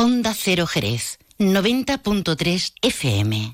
Onda Cero Jerez, 90.3 FM.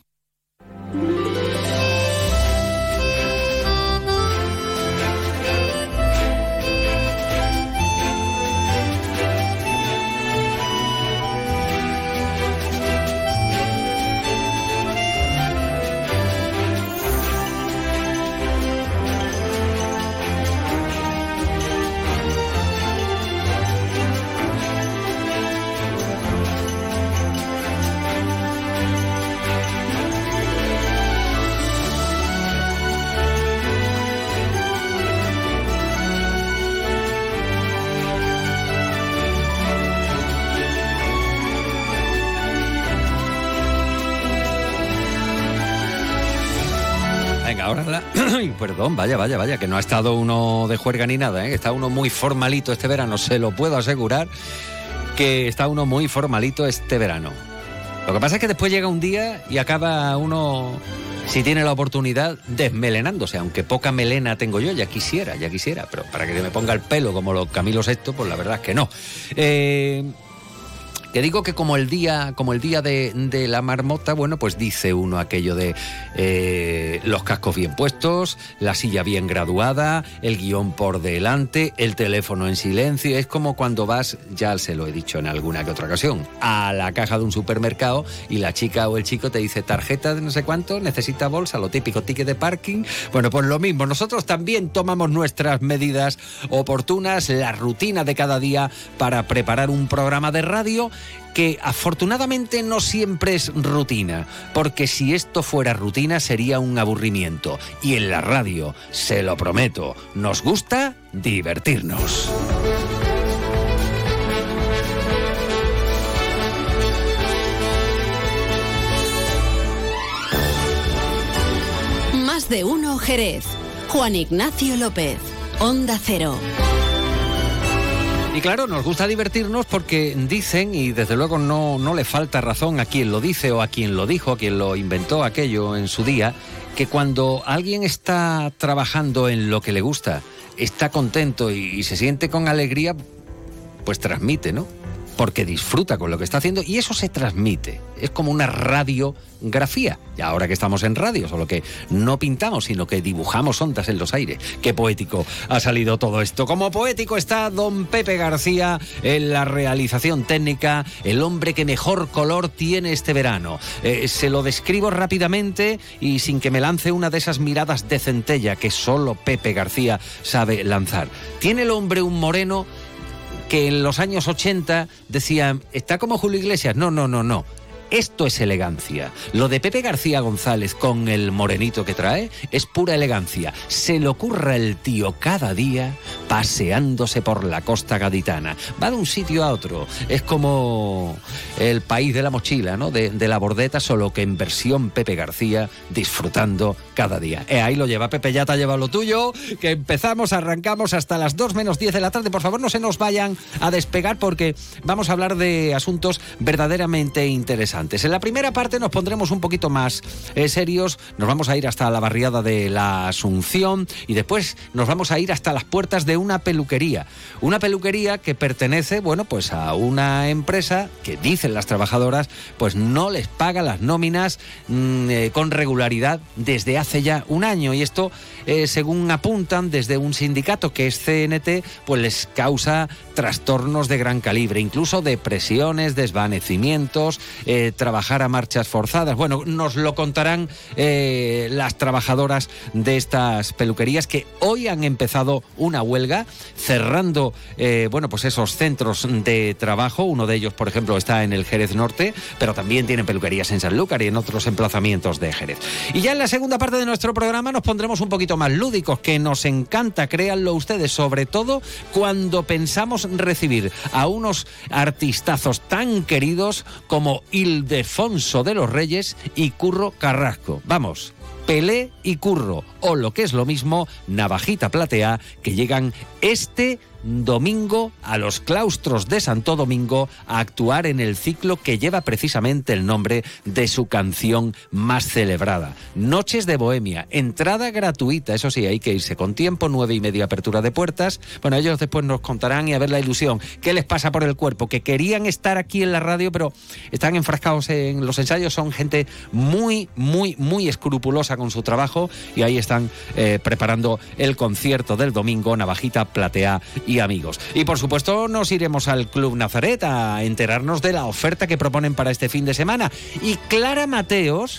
Perdón, vaya, que no ha estado uno de juerga ni nada, ¿eh? Está uno muy formalito este verano, se lo puedo asegurar, que está uno muy formalito este verano. Lo que pasa es que después llega un día y acaba uno, si tiene la oportunidad, desmelenándose, aunque poca melena tengo yo, ya quisiera, pero para que me ponga el pelo como los Camilo VI, pues la verdad es que no. Que digo que como el día de la marmota, bueno, pues dice uno aquello de los cascos bien puestos, la silla bien graduada, el guión por delante, el teléfono en silencio. Es como cuando vas, ya se lo he dicho en alguna que otra ocasión, a la caja de un supermercado y la chica o el chico te dice tarjeta de no sé cuánto, necesita bolsa, lo típico, ticket de parking. Bueno, pues lo mismo, nosotros también tomamos nuestras medidas oportunas, la rutina de cada día para preparar un programa de radio que afortunadamente no siempre es rutina, porque si esto fuera rutina sería un aburrimiento. Y en la radio, se lo prometo, nos gusta divertirnos. Más de uno Jerez. Juan Ignacio López, Onda Cero. Y claro, nos gusta divertirnos porque dicen, y desde luego no le falta razón a quien lo dice o a quien lo dijo, a quien lo inventó aquello en su día, que cuando alguien está trabajando en lo que le gusta, está contento y se siente con alegría, pues transmite, ¿no? Porque disfruta con lo que está haciendo y eso se transmite. Es como una radiografía. Y ahora que estamos en radio, solo que no pintamos, sino que dibujamos ondas en los aires. Qué poético ha salido todo esto. Como poético está don Pepe García en la realización técnica, el hombre que mejor color tiene este verano. Se lo describo rápidamente y sin que me lance una de esas miradas de centella que solo Pepe García sabe lanzar. Tiene el hombre un moreno que en los años 80 decían, está como Julio Iglesias. No. Esto es elegancia. Lo de Pepe García González con el morenito que trae es pura elegancia. Se le ocurra el tío cada día paseándose por la costa gaditana. Va de un sitio a otro. Es como el país de la mochila, ¿no? De la bordeta, solo que en versión Pepe García, disfrutando cada día. Ahí lo lleva Pepe, ya te ha llevado lo tuyo, que arrancamos hasta las 2 menos 10 de la tarde. Por favor, no se nos vayan a despegar porque vamos a hablar de asuntos verdaderamente interesantes. En la primera parte nos pondremos un poquito más serios, nos vamos a ir hasta la barriada de la Asunción y después nos vamos a ir hasta las puertas de una peluquería que pertenece, bueno, pues a una empresa que dicen las trabajadoras, pues no les paga las nóminas con regularidad desde hace ya un año y esto, según apuntan desde un sindicato que es CNT, pues les causa trastornos de gran calibre, incluso depresiones, desvanecimientos, trabajar a marchas forzadas. Bueno, nos lo contarán las trabajadoras de estas peluquerías que hoy han empezado una huelga cerrando, bueno, pues esos centros de trabajo. Uno de ellos, por ejemplo, está en el Jerez Norte, pero también tienen peluquerías en Sanlúcar y en otros emplazamientos de Jerez. Y ya en la segunda parte de nuestro programa nos pondremos un poquito más lúdicos, que nos encanta, créanlo ustedes, sobre todo cuando pensamos recibir a unos artistazos tan queridos como Ildefonso de los Reyes y Curro Carrasco. Vamos, Pelé y Curro, o lo que es lo mismo, Navajita Platea, que llegan este domingo a los claustros de Santo Domingo a actuar en el ciclo que lleva precisamente el nombre de su canción más celebrada. Noches de Bohemia, entrada gratuita, eso sí, hay que irse con tiempo, 9:30 apertura de puertas. Bueno, ellos después nos contarán y a ver la ilusión, qué les pasa por el cuerpo, que querían estar aquí en la radio, pero están enfrascados en los ensayos, son gente muy, muy, muy escrupulosa con su trabajo y ahí están preparando el concierto del domingo, Navajita, Platea y amigos. Y por supuesto nos iremos al Club Nazaret a enterarnos de la oferta que proponen para este fin de semana. Y Clara Mateos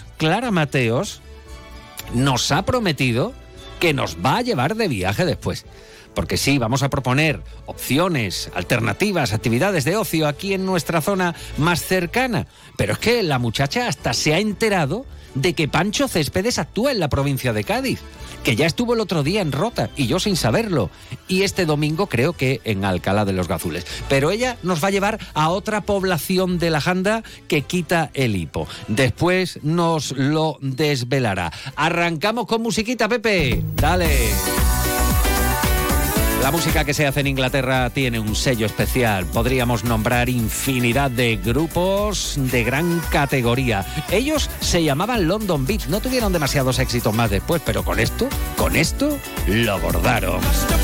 nos ha prometido que nos va a llevar de viaje después. Porque sí, vamos a proponer opciones, alternativas, actividades de ocio aquí en nuestra zona más cercana. Pero es que la muchacha hasta se ha enterado de que Pancho Céspedes actúa en la provincia de Cádiz, que ya estuvo el otro día en Rota, y yo sin saberlo. Y este domingo creo que en Alcalá de los Gazules. Pero ella nos va a llevar a otra población de la Janda que quita el hipo. Después nos lo desvelará. Arrancamos con musiquita, Pepe. Dale. La música que se hace en Inglaterra tiene un sello especial. Podríamos nombrar infinidad de grupos de gran categoría. Ellos se llamaban London Beat. No tuvieron demasiados éxitos más después, pero con esto lo bordaron.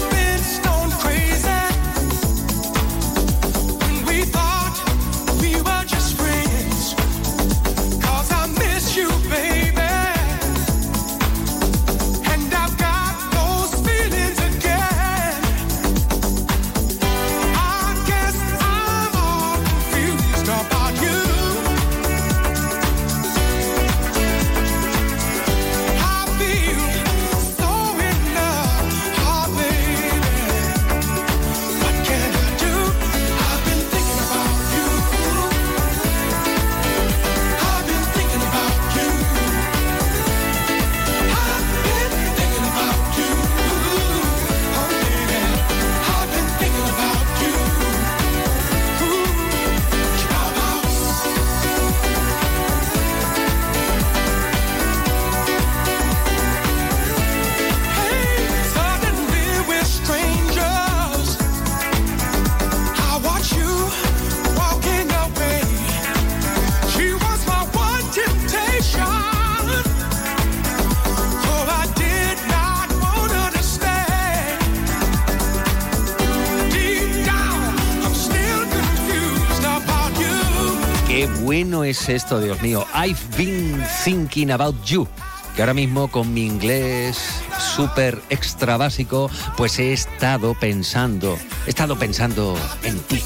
Bueno es esto, Dios mío. I've been thinking about you. Que ahora mismo con mi inglés súper extra básico, pues he estado pensando en ti.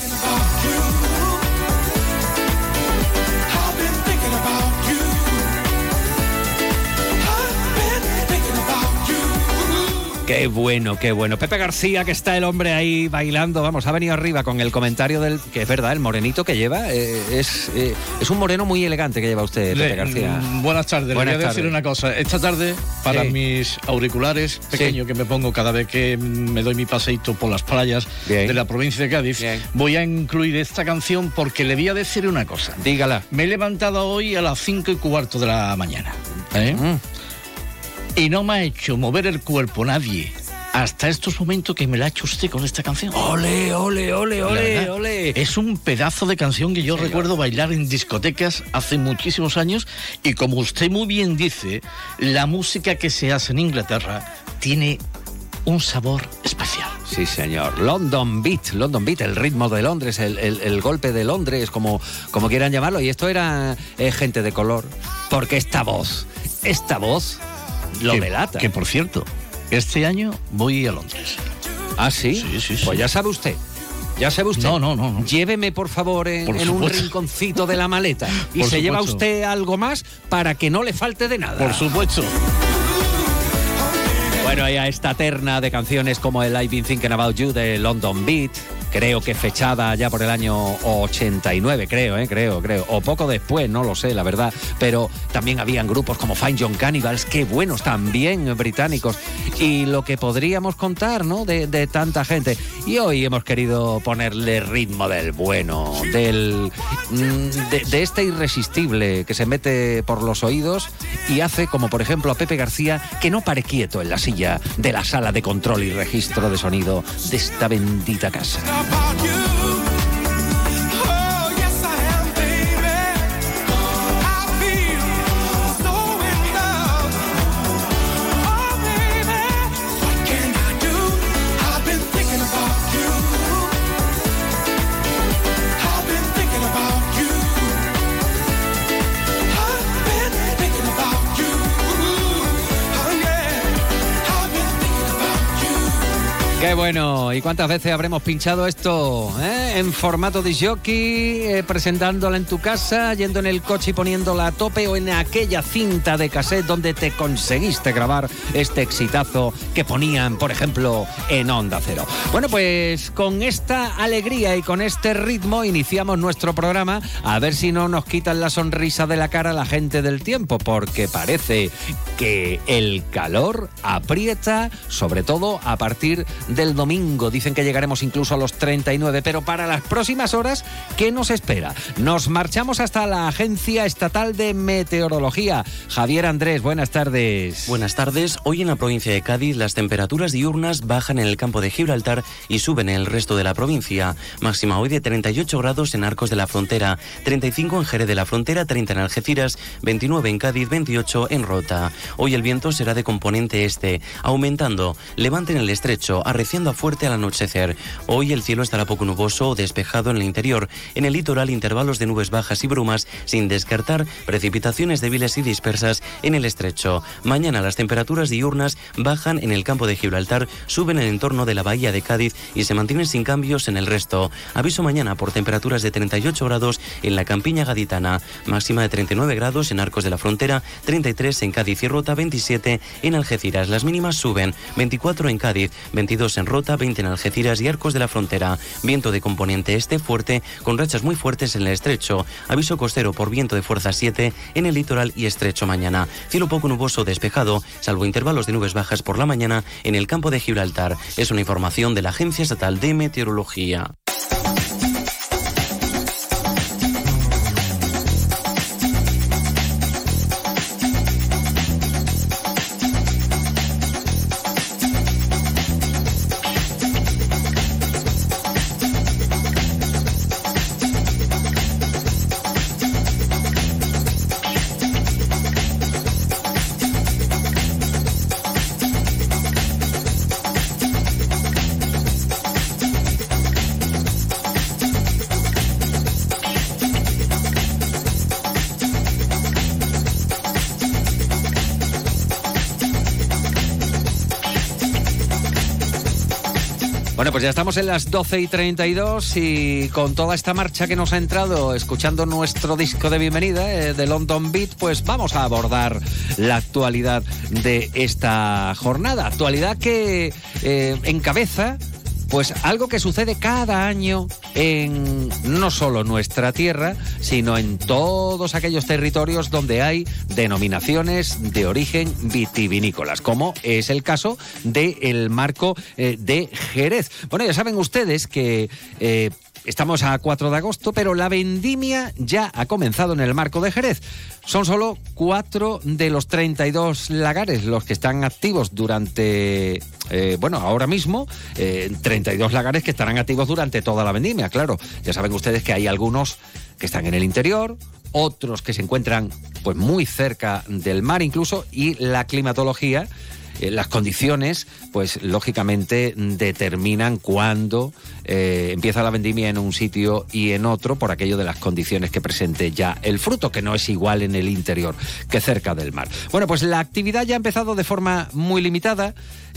Qué bueno, qué bueno. Pepe García, que está el hombre ahí bailando, vamos, ha venido arriba con el comentario del, que es verdad, el morenito que lleva, es un moreno muy elegante que lleva usted, Pepe García. Buenas tardes, Buenas le voy a decir una cosa. Esta tarde, para mis auriculares pequeños que me pongo cada vez que me doy mi paseíto por las playas de la provincia de Cádiz, voy a incluir esta canción porque le voy a decir una cosa. Dígala. Me he levantado hoy a las 5:15 de la mañana. Y no me ha hecho mover el cuerpo nadie hasta estos momentos que me la ha hecho usted con esta canción. ¡Ole, ole, ole, ole, ole! Es un pedazo de canción que yo recuerdo bailar en discotecas hace muchísimos años y como usted muy bien dice, la música que se hace en Inglaterra tiene un sabor especial. Sí, señor. London Beat, el ritmo de Londres, el golpe de Londres, como quieran llamarlo. Y esto era gente de color, porque esta voz lo delata. Que por cierto, este año voy a Londres. ¿Ah, sí? Sí. Pues ya sabe usted. No. Lléveme, por favor, en un rinconcito de la maleta. Y se lleva usted algo más para que no le falte de nada. Por supuesto. Bueno, ya esta terna de canciones como el I've Been Thinking About You de London Beat, creo que fechada ya por el año 89, creo, o poco después, no lo sé, la verdad, pero también habían grupos como Fine Young Cannibals, qué buenos también, británicos, y lo que podríamos contar, ¿no?, de tanta gente. Y hoy hemos querido ponerle ritmo del bueno, de este irresistible que se mete por los oídos y hace, como por ejemplo a Pepe García, que no pare quieto en la silla de la sala de control y registro de sonido de esta bendita casa. Qué bueno, ¿y cuántas veces habremos pinchado esto? En formato de jockey, presentándola en tu casa, yendo en el coche y poniéndola a tope, o en aquella cinta de cassette donde te conseguiste grabar este exitazo que ponían, por ejemplo, en Onda Cero. Bueno, pues con esta alegría y con este ritmo iniciamos nuestro programa, a ver si no nos quitan la sonrisa de la cara la gente del tiempo, porque parece que el calor aprieta, sobre todo a partir del domingo. Dicen que llegaremos incluso a los 39, pero para las próximas horas, ¿qué nos espera? Nos marchamos hasta la Agencia Estatal de Meteorología. Javier Andrés, buenas tardes. Buenas tardes. Hoy en la provincia de Cádiz las temperaturas diurnas bajan en el campo de Gibraltar y suben en el resto de la provincia. Máxima hoy de 38 grados en Arcos de la Frontera, 35 en Jerez de la Frontera, 30 en Algeciras, 29 en Cádiz, 28 en Rota. Hoy el viento será de componente este, aumentando, levante en el estrecho, arreciando a fuerte al anochecer. Hoy el cielo estará poco nuboso o despejado en el interior. En el litoral, intervalos de nubes bajas y brumas, sin descartar precipitaciones débiles y dispersas en el estrecho. Mañana las temperaturas diurnas bajan en el campo de Gibraltar, suben en el entorno de la bahía de Cádiz y se mantienen sin cambios en el resto. Aviso mañana por temperaturas de 38 grados en la campiña gaditana, máxima de 39 grados en Arcos de la Frontera, 33 en Cádiz y Rota, 27 en Algeciras. Las mínimas suben, 24 en Cádiz, 22 en Rota, 20 en Algeciras y Arcos de la Frontera. Viento de componente este fuerte, con rachas muy fuertes en el estrecho. Aviso costero por viento de fuerza 7 en el litoral y estrecho mañana. Cielo poco nuboso despejado, salvo intervalos de nubes bajas por la mañana en el campo de Gibraltar. Es una información de la Agencia Estatal de Meteorología. Bueno, pues ya estamos en las 12:32 y con toda esta marcha que nos ha entrado escuchando nuestro disco de bienvenida de London Beat, pues vamos a abordar la actualidad de esta jornada. Actualidad que encabeza pues algo que sucede cada año en no solo nuestra tierra, sino en todos aquellos territorios donde hay denominaciones de origen vitivinícolas, como es el caso del marco de Jerez. Bueno, ya saben ustedes que estamos a 4 de agosto, pero la vendimia ya ha comenzado en el marco de Jerez. Son solo 4 de los 32 lagares los que están activos durante, ahora mismo, 32 lagares que estarán activos durante toda la vendimia, claro. Ya saben ustedes que hay algunos que están en el interior, otros que se encuentran pues muy cerca del mar incluso, y la climatología, las condiciones, pues lógicamente determinan cuándo empieza la vendimia en un sitio y en otro, por aquello de las condiciones que presente ya el fruto, que no es igual en el interior que cerca del mar. Bueno, pues la actividad ya ha empezado de forma muy limitada.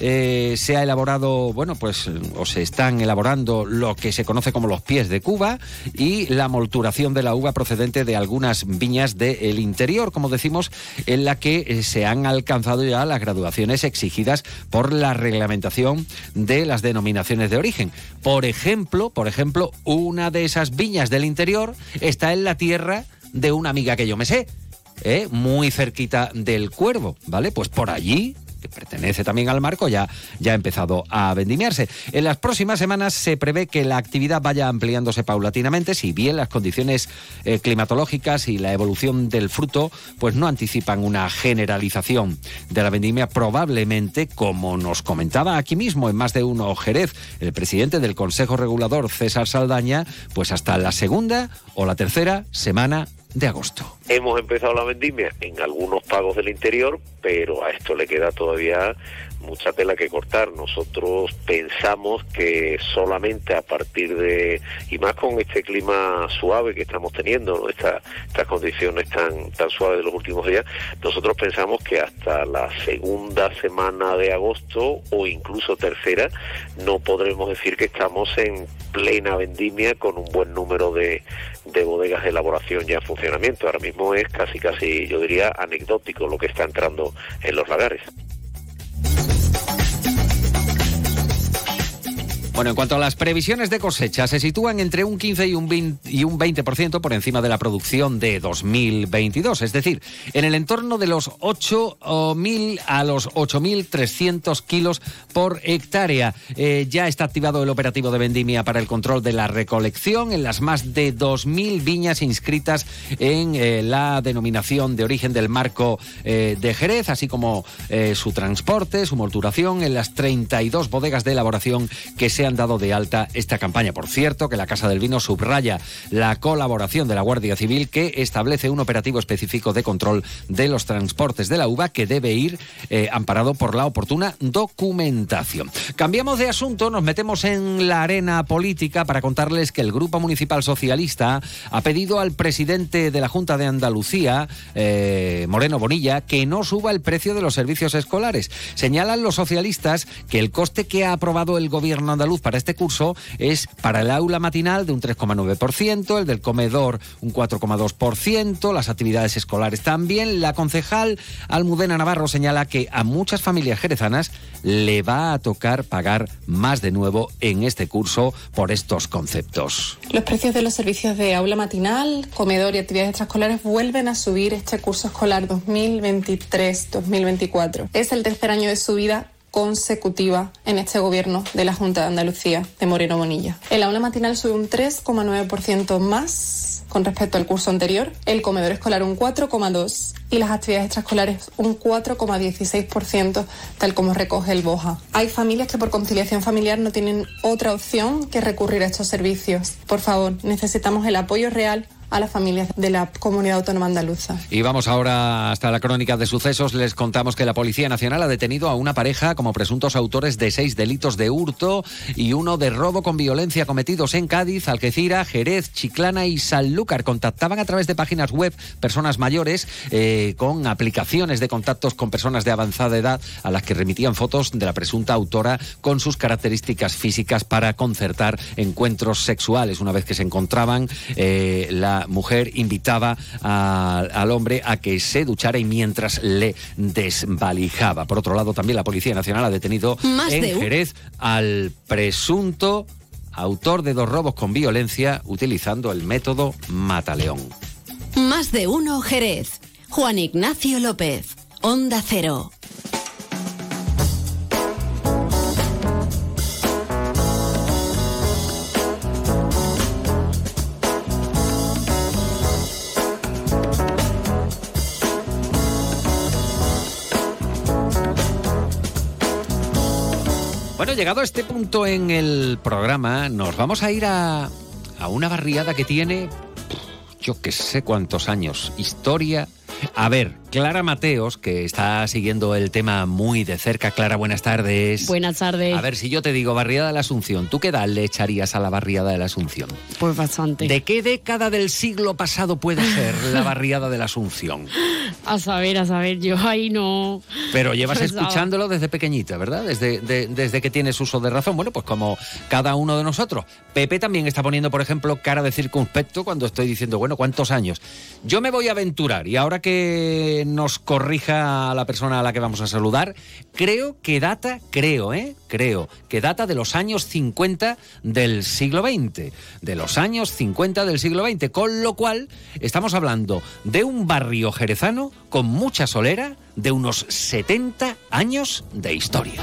Se ha elaborado, o se están elaborando lo que se conoce como los pies de cuba y la molturación de la uva procedente de algunas viñas del interior, como decimos, en la que se han alcanzado ya las graduaciones exigidas por la reglamentación de las denominaciones de origen. Por ejemplo, una de esas viñas del interior está en la tierra de una amiga que yo me sé, muy cerquita del Cuervo, ¿vale? Pues por allí, que pertenece también al marco, ya ha empezado a vendimiarse. En las próximas semanas se prevé que la actividad vaya ampliándose paulatinamente, si bien las condiciones climatológicas y la evolución del fruto pues no anticipan una generalización de la vendimia. Probablemente, como nos comentaba aquí mismo en Más de Uno Jerez el presidente del Consejo Regulador, César Saldaña, pues hasta la segunda o la tercera semana de agosto. Hemos empezado la vendimia en algunos pagos del interior, pero a esto le queda todavía mucha tela que cortar. Nosotros pensamos que solamente a partir de, y más con este clima suave que estamos teniendo, ¿no? Estas condiciones tan suaves de los últimos días, nosotros pensamos que hasta la segunda semana de agosto o incluso tercera no podremos decir que estamos en plena vendimia con un buen número de bodegas de elaboración ya en funcionamiento. Ahora mismo es casi, yo diría, anecdótico lo que está entrando en los lagares. Bueno, en cuanto a las previsiones de cosecha, se sitúan entre un 15 y un 20% por encima de la producción de 2022. Es decir, en el entorno de los 8.000 a los 8.300 kilos por hectárea. Ya está activado el operativo de vendimia para el control de la recolección en las más de 2.000 viñas inscritas en la denominación de origen del marco de Jerez, así como su transporte, su molturación en las 32 bodegas de elaboración que se han dado de alta esta campaña. Por cierto, que la Casa del Vino subraya la colaboración de la Guardia Civil, que establece un operativo específico de control de los transportes de la uva que debe ir amparado por la oportuna documentación. Cambiamos de asunto, nos metemos en la arena política para contarles que el Grupo Municipal Socialista ha pedido al presidente de la Junta de Andalucía, Moreno Bonilla, que no suba el precio de los servicios escolares. Señalan los socialistas que el coste que ha aprobado el gobierno andaluz para este curso es para el aula matinal de un 3,9%, el del comedor un 4,2%, las actividades escolares también. La concejal Almudena Navarro señala que a muchas familias jerezanas le va a tocar pagar más de nuevo en este curso por estos conceptos. Los precios de los servicios de aula matinal, comedor y actividades extraescolares vuelven a subir este curso escolar 2023-2024. Es el tercer año de subida consecutiva en este gobierno de la Junta de Andalucía de Moreno Bonilla. El aula matinal sube un 3,9% más con respecto al curso anterior, el comedor escolar un 4,2% y las actividades extraescolares un 4,16%, tal como recoge el BOJA. Hay familias que por conciliación familiar no tienen otra opción que recurrir a estos servicios. Por favor, necesitamos el apoyo real a las familias de la Comunidad Autónoma Andaluza. Y vamos ahora hasta la crónica de sucesos. Les contamos que la Policía Nacional ha detenido a una pareja como presuntos autores de 6 delitos de hurto y uno de robo con violencia cometidos en Cádiz, Algeciras, Jerez, Chiclana y Sanlúcar. Contactaban a través de páginas web personas mayores con aplicaciones de contactos con personas de avanzada edad a las que remitían fotos de la presunta autora con sus características físicas para concertar encuentros sexuales. Una vez que se encontraban, la mujer invitaba al hombre a que se duchara y mientras le desvalijaba. Por otro lado, también la Policía Nacional ha detenido en Jerez al presunto autor de 2 robos con violencia utilizando el método Mataleón. Más de Uno Jerez. Juan Ignacio López, Onda Cero. Bueno, llegado a este punto en el programa, nos vamos a ir a una barriada que tiene, yo que sé cuántos años, historia. A ver, Clara Mateos, que está siguiendo el tema muy de cerca. Clara, buenas tardes. Buenas tardes. A ver, si yo te digo barriada de la Asunción, ¿tú qué edad le echarías a la barriada de la Asunción? Pues bastante. ¿De qué década del siglo pasado puede ser la barriada de la Asunción? A saber, yo ahí no... Pero llevas pensaba. escuchándolo desde pequeñita, ¿verdad? Desde que tienes uso de razón. Bueno, pues como cada uno de nosotros. Pepe también está poniendo, por ejemplo, cara de circunspecto cuando estoy diciendo, bueno, ¿cuántos años? Yo me voy a aventurar y ahora que que nos corrija a la persona a la que vamos a saludar. Creo que data de los años 50 del siglo XX. De los años 50 del siglo XX. Con lo cual, estamos hablando de un barrio jerezano con mucha solera, de unos 70 años de historia.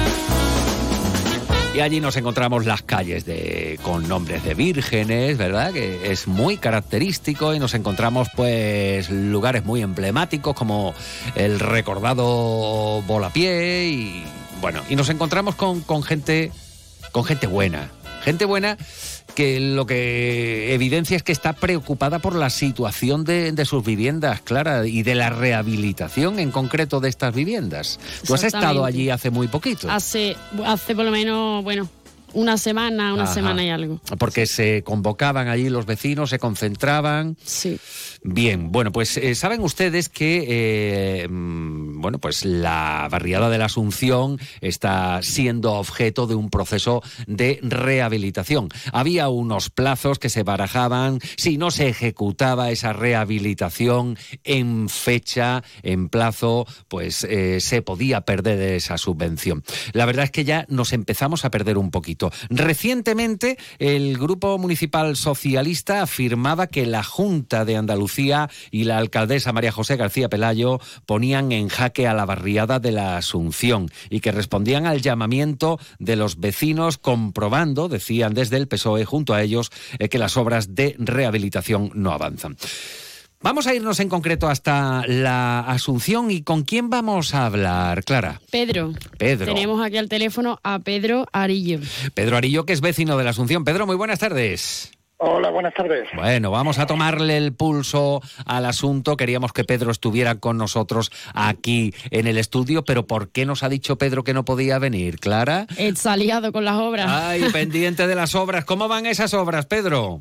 Y allí nos encontramos las calles con nombres de vírgenes, ¿verdad? Que es muy característico, y nos encontramos pues lugares muy emblemáticos como el recordado Volapié y bueno, y nos encontramos con gente buena. Gente buena que lo que evidencia es que está preocupada por la situación de sus viviendas, Clara, y de la rehabilitación en concreto de estas viviendas. Tú has estado allí hace muy poquito. Hace por lo menos, una semana y algo. Porque se convocaban allí los vecinos, se concentraban. Sí. Bien, bueno, pues saben ustedes que pues la barriada de la Asunción está siendo objeto de un proceso de rehabilitación. Había unos plazos que se barajaban. Si no se ejecutaba esa rehabilitación en fecha, en plazo, pues se podía perder esa subvención. La verdad es que ya nos empezamos a perder un poquito. Recientemente, el Grupo Municipal Socialista afirmaba que la Junta de Andalucía y la alcaldesa María José García Pelayo ponían en jaque a la barriada de la Asunción y que respondían al llamamiento de los vecinos, comprobando, decían desde el PSOE junto a ellos, que las obras de rehabilitación no avanzan. Vamos a irnos en concreto hasta la Asunción. ¿Y con quién vamos a hablar, Clara? Pedro. Tenemos aquí al teléfono a Pedro Arillo. Pedro Arillo, que es vecino de la Asunción. Pedro, muy buenas tardes. Hola, buenas tardes. Bueno, vamos a tomarle el pulso al asunto. Queríamos que Pedro estuviera con nosotros aquí en el estudio, pero ¿por qué nos ha dicho Pedro que no podía venir, Clara? Está liado con las obras. Ay, pendiente de las obras. ¿Cómo van esas obras, Pedro?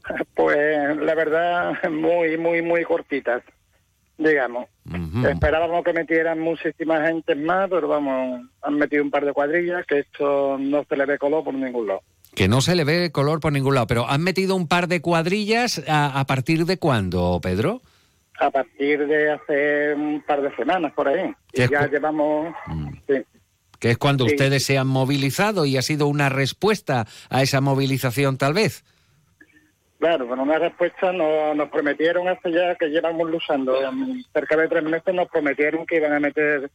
Pues la verdad, muy cortitas, digamos. Uh-huh. Esperábamos que metieran muchísima gente más, pero vamos, han metido un par de cuadrillas que esto no se le ve color por ningún lado. Que no se le ve color por ningún lado, pero han metido un par de cuadrillas ¿a partir de cuándo, Pedro? A partir de hace un par de semanas, por ahí. Y ya llevamos... Sí. Que es cuando ustedes se han movilizado y ha sido una respuesta a esa movilización, tal vez. Claro, con una respuesta nos prometieron hace ya que llevamos luchando cerca de 3 meses, nos prometieron que iban a meter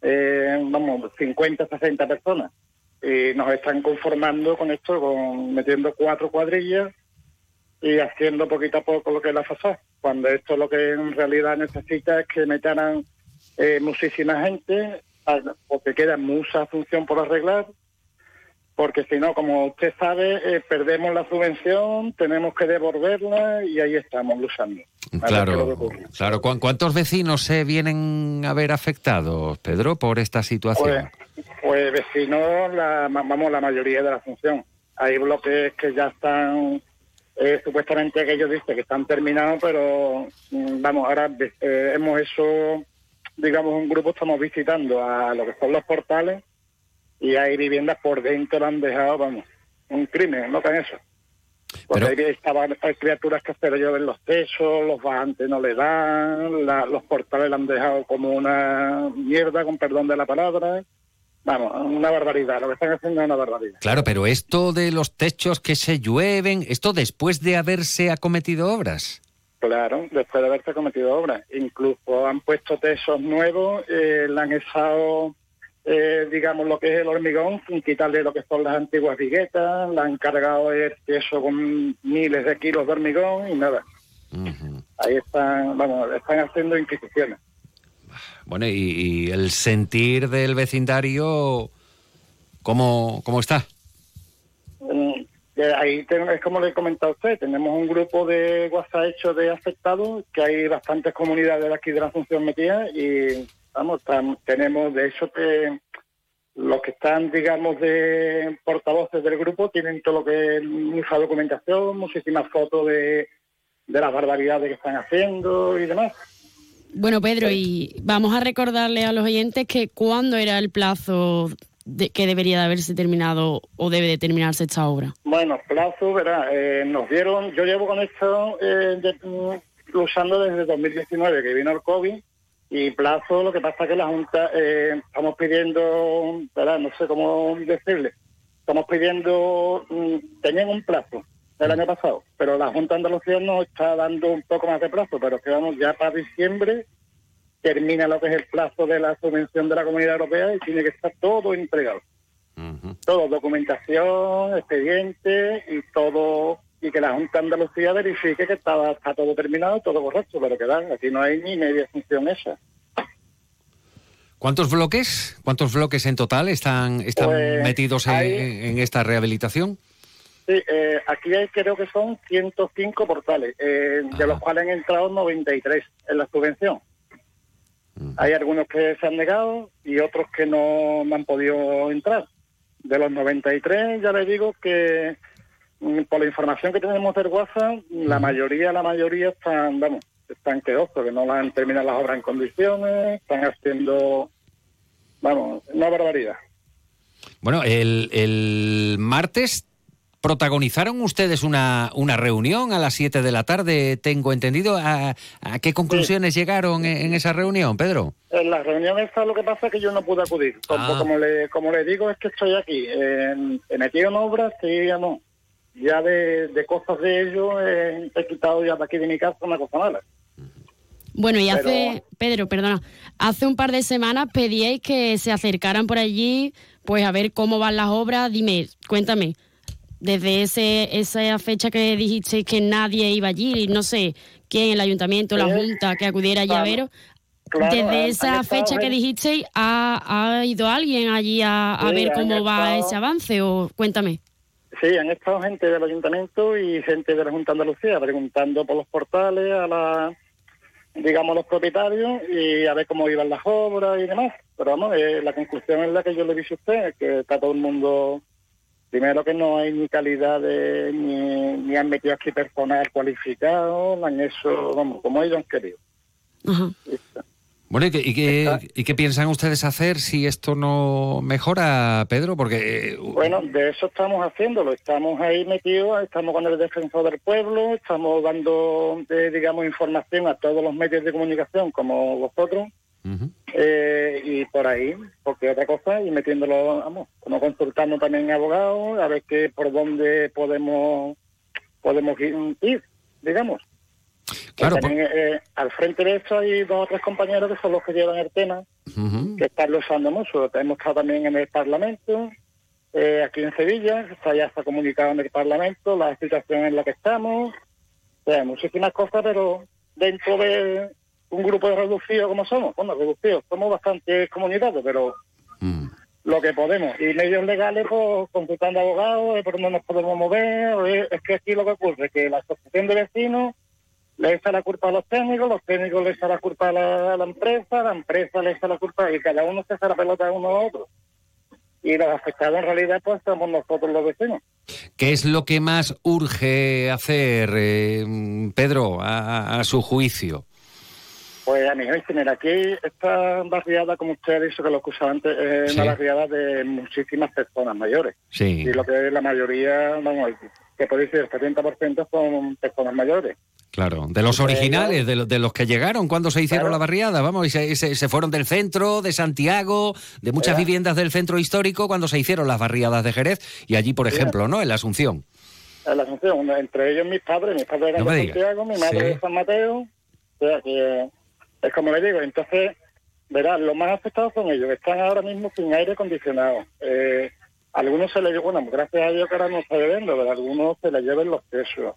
50, 60 personas. Y nos están conformando con esto, metiendo 4 cuadrillas y haciendo poquito a poco lo que es la fachada. Cuando esto lo que en realidad necesita es que metieran muchísima gente, porque queda mucha función por arreglar. Porque si no, como usted sabe, perdemos la subvención, tenemos que devolverla y ahí estamos luchando. Claro. ¿Cuántos vecinos se vienen a ver afectados, Pedro, por esta situación? Pues vecinos, la mayoría de la Asunción. Hay bloques que ya están, supuestamente que ellos dicen que están terminados, pero ahora hemos hecho, digamos, un grupo, estamos visitando a lo que son los portales. Y hay viviendas por dentro, la han dejado, un crimen, ¿no? Con eso. Porque hay criaturas que se le llevan los techos, los bajantes no le dan, los portales la han dejado como una mierda, con perdón de la palabra. Una barbaridad, lo que están haciendo es una barbaridad. Claro, pero esto de los techos que se llueven, ¿esto después de haberse acometido obras? Claro, después de haberse acometido obras. Incluso han puesto techos nuevos, le han echado... digamos lo que es el hormigón, sin quitarle lo que son las antiguas viguetas, le han cargado eso con miles de kilos de hormigón y nada. Uh-huh. Ahí están haciendo inquisiciones. Bueno, y el sentir del vecindario, ¿cómo está? Ahí es como le he comentado a usted, tenemos un grupo de WhatsApp hecho de afectados, que hay bastantes comunidades de aquí de la Asunción metidas y... tenemos, de hecho, que los que están, digamos, de portavoces del grupo tienen todo lo que es mucha documentación, muchísimas fotos de las barbaridades que están haciendo y demás. Bueno, Pedro, y vamos a recordarle a los oyentes que cuándo era el plazo que debería de haberse terminado o debe de terminarse esta obra. Bueno, plazo, verá, nos dieron, yo llevo con esto luchando desde 2019, que vino el COVID, Y plazo, lo que pasa es que la Junta, estamos pidiendo, ¿verdad? No sé cómo decirle, estamos pidiendo, tenían un plazo el año pasado, pero la Junta de Andalucía nos está dando un poco más de plazo, pero que vamos, ya para diciembre termina lo que es el plazo de la subvención de la Comunidad Europea y tiene que estar todo entregado. Todo, documentación, expediente y todo, y que la Junta de Andalucía verifique que está todo terminado, todo correcto, pero que aquí no hay ni media función esa. ¿Cuántos bloques en total están Pues, metidos en esta rehabilitación? Sí, aquí creo que son 105 portales, de los cuales han entrado 93 en la subvención. Hay algunos que se han negado y otros que no han podido entrar. De los 93, ya les digo que por la información que tenemos del WhatsApp, la mayoría están quedosos, que no las han terminado las obras en condiciones, están haciendo, una barbaridad. Bueno, el martes protagonizaron ustedes una reunión a las 7 de la tarde, tengo entendido. ¿A qué conclusiones llegaron en esa reunión, Pedro? En la reunión esta lo que pasa es que yo no pude acudir. Como le digo, es que estoy aquí. He metido en obras que ya de cosas de ellos he quitado ya de aquí de mi casa una cosa mala. Bueno, y Pedro, perdona, hace un par de semanas pedíais que se acercaran por allí, pues a ver cómo van las obras. Cuéntame. Desde esa fecha que dijisteis que nadie iba allí, no sé quién, el ayuntamiento, la Junta, que acudiera allí a veros, desde esa fecha que dijisteis, ¿ha ido alguien allí a ver cómo va ese avance? O cuéntame. Sí, han estado gente del ayuntamiento y gente de la Junta de Andalucía preguntando por los portales a los propietarios y a ver cómo iban las obras y demás. Pero vamos, la conclusión es la que yo le dije a usted, que está todo el mundo... Primero que no hay ni calidad ni han metido aquí personal cualificado, han hecho, como ellos han querido. Ajá. Bueno, ¿y qué piensan ustedes hacer si esto no mejora, Pedro? Porque... Bueno, de eso estamos haciéndolo. Estamos ahí metidos, estamos con el defensor del pueblo, estamos dando, información a todos los medios de comunicación como vosotros. Y por ahí, porque otra cosa, y metiéndolo, como consultando también abogados, a ver por dónde podemos ir, digamos. Claro, también, al frente de eso hay 2 o 3 compañeros que son los que llevan el tema, que están luchando mucho. Hemos estado también en el Parlamento, aquí en Sevilla, ya se ha comunicado en el Parlamento la situación en la que estamos, muchísimas cosas, pero dentro de un grupo de reducidos como somos, reducidos, somos bastantes comunidades, pero lo que podemos, y medios legales, pues consultando abogados, por dónde nos podemos mover. Es que aquí lo que ocurre es que la asociación de vecinos le echa la culpa a los técnicos le echan la culpa a la empresa le echa la culpa, y cada uno se echa la pelota uno a otro. Y los afectados en realidad pues somos nosotros los vecinos. ¿Qué es lo que más urge hacer, Pedro, a su juicio? Pues a mi juicio, mira, aquí esta barriada, como usted ha dicho que lo escuchaba antes, es una barriada de muchísimas personas mayores. Sí. Y lo que es la mayoría, que puede decir el 70% son personas mayores. Claro, de los originales, de los que llegaron cuando se hicieron la barriada, y se fueron del centro, de Santiago, de muchas viviendas del centro histórico cuando se hicieron las barriadas de Jerez, y allí, por ejemplo, ¿no?, en la Asunción. En la Asunción, entre ellos mis padres eran de Santiago, mi madre de San Mateo, o sea que es como le digo. Entonces, verás, los más afectados son ellos, que están ahora mismo sin aire acondicionado. Algunos se les llevan, gracias a Dios que ahora no está bebiendo, pero algunos se les llevan los pesos.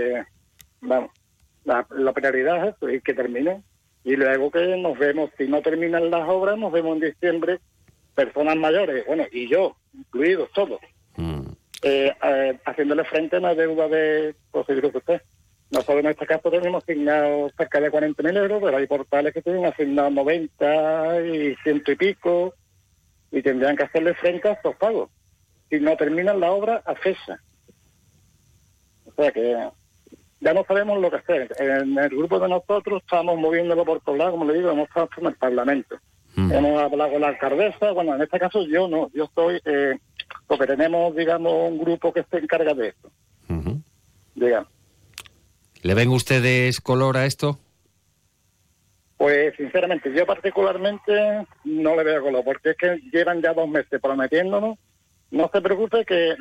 La prioridad es eso, y que terminen. Y luego que nos vemos, si no terminan las obras, nos vemos en diciembre, personas mayores, y yo, incluidos todos, haciéndole frente a una deuda de procedimiento que usted. Nosotros en este caso tenemos asignado cerca de 40.000 euros, pero hay portales que tienen asignado 90 y 100 y pico, y tendrían que hacerle frente a estos pagos. Si no terminan la obra a fecha. O sea que ya no sabemos lo que hacer. En el grupo de nosotros estamos moviéndolo por todos lados, como le digo, hemos estado en el Parlamento. Hemos hablado con la alcaldesa, en este caso yo no, yo estoy, porque tenemos, un grupo que se encarga de esto. ¿Le ven ustedes color a esto? Pues sinceramente, yo particularmente no le veo color, porque es que llevan ya 2 meses prometiéndonos. No se preocupe que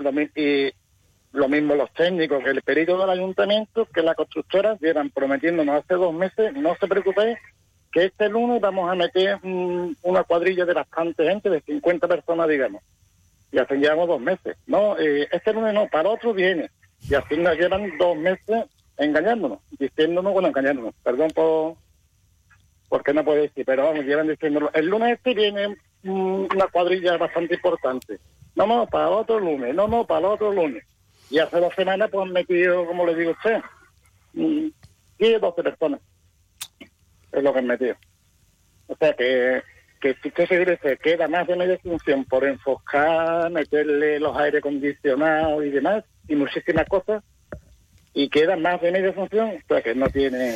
lo mismo los técnicos, que el perito del ayuntamiento, que la constructora llevan prometiéndonos hace 2 meses. No se preocupe que este lunes vamos a meter una cuadrilla de bastante gente, de 50 personas, digamos. Y así llevamos 2 meses. No, este lunes no, para otro viene. Y así nos llevan 2 meses engañándonos, diciéndonos, engañándonos. Perdón porque no puedo decir, pero vamos, llevan diciéndolo. El lunes viene una cuadrilla bastante importante. No, para otro lunes. No, para el otro lunes. Y hace 2 semanas pues han metido, como le digo a usted, 10, 12 personas. Es lo que han metido. O sea que si usted se queda más de media función por enfocar, meterle los aire acondicionados y demás, y muchísimas cosas, y queda más de media función, o sea que no tiene...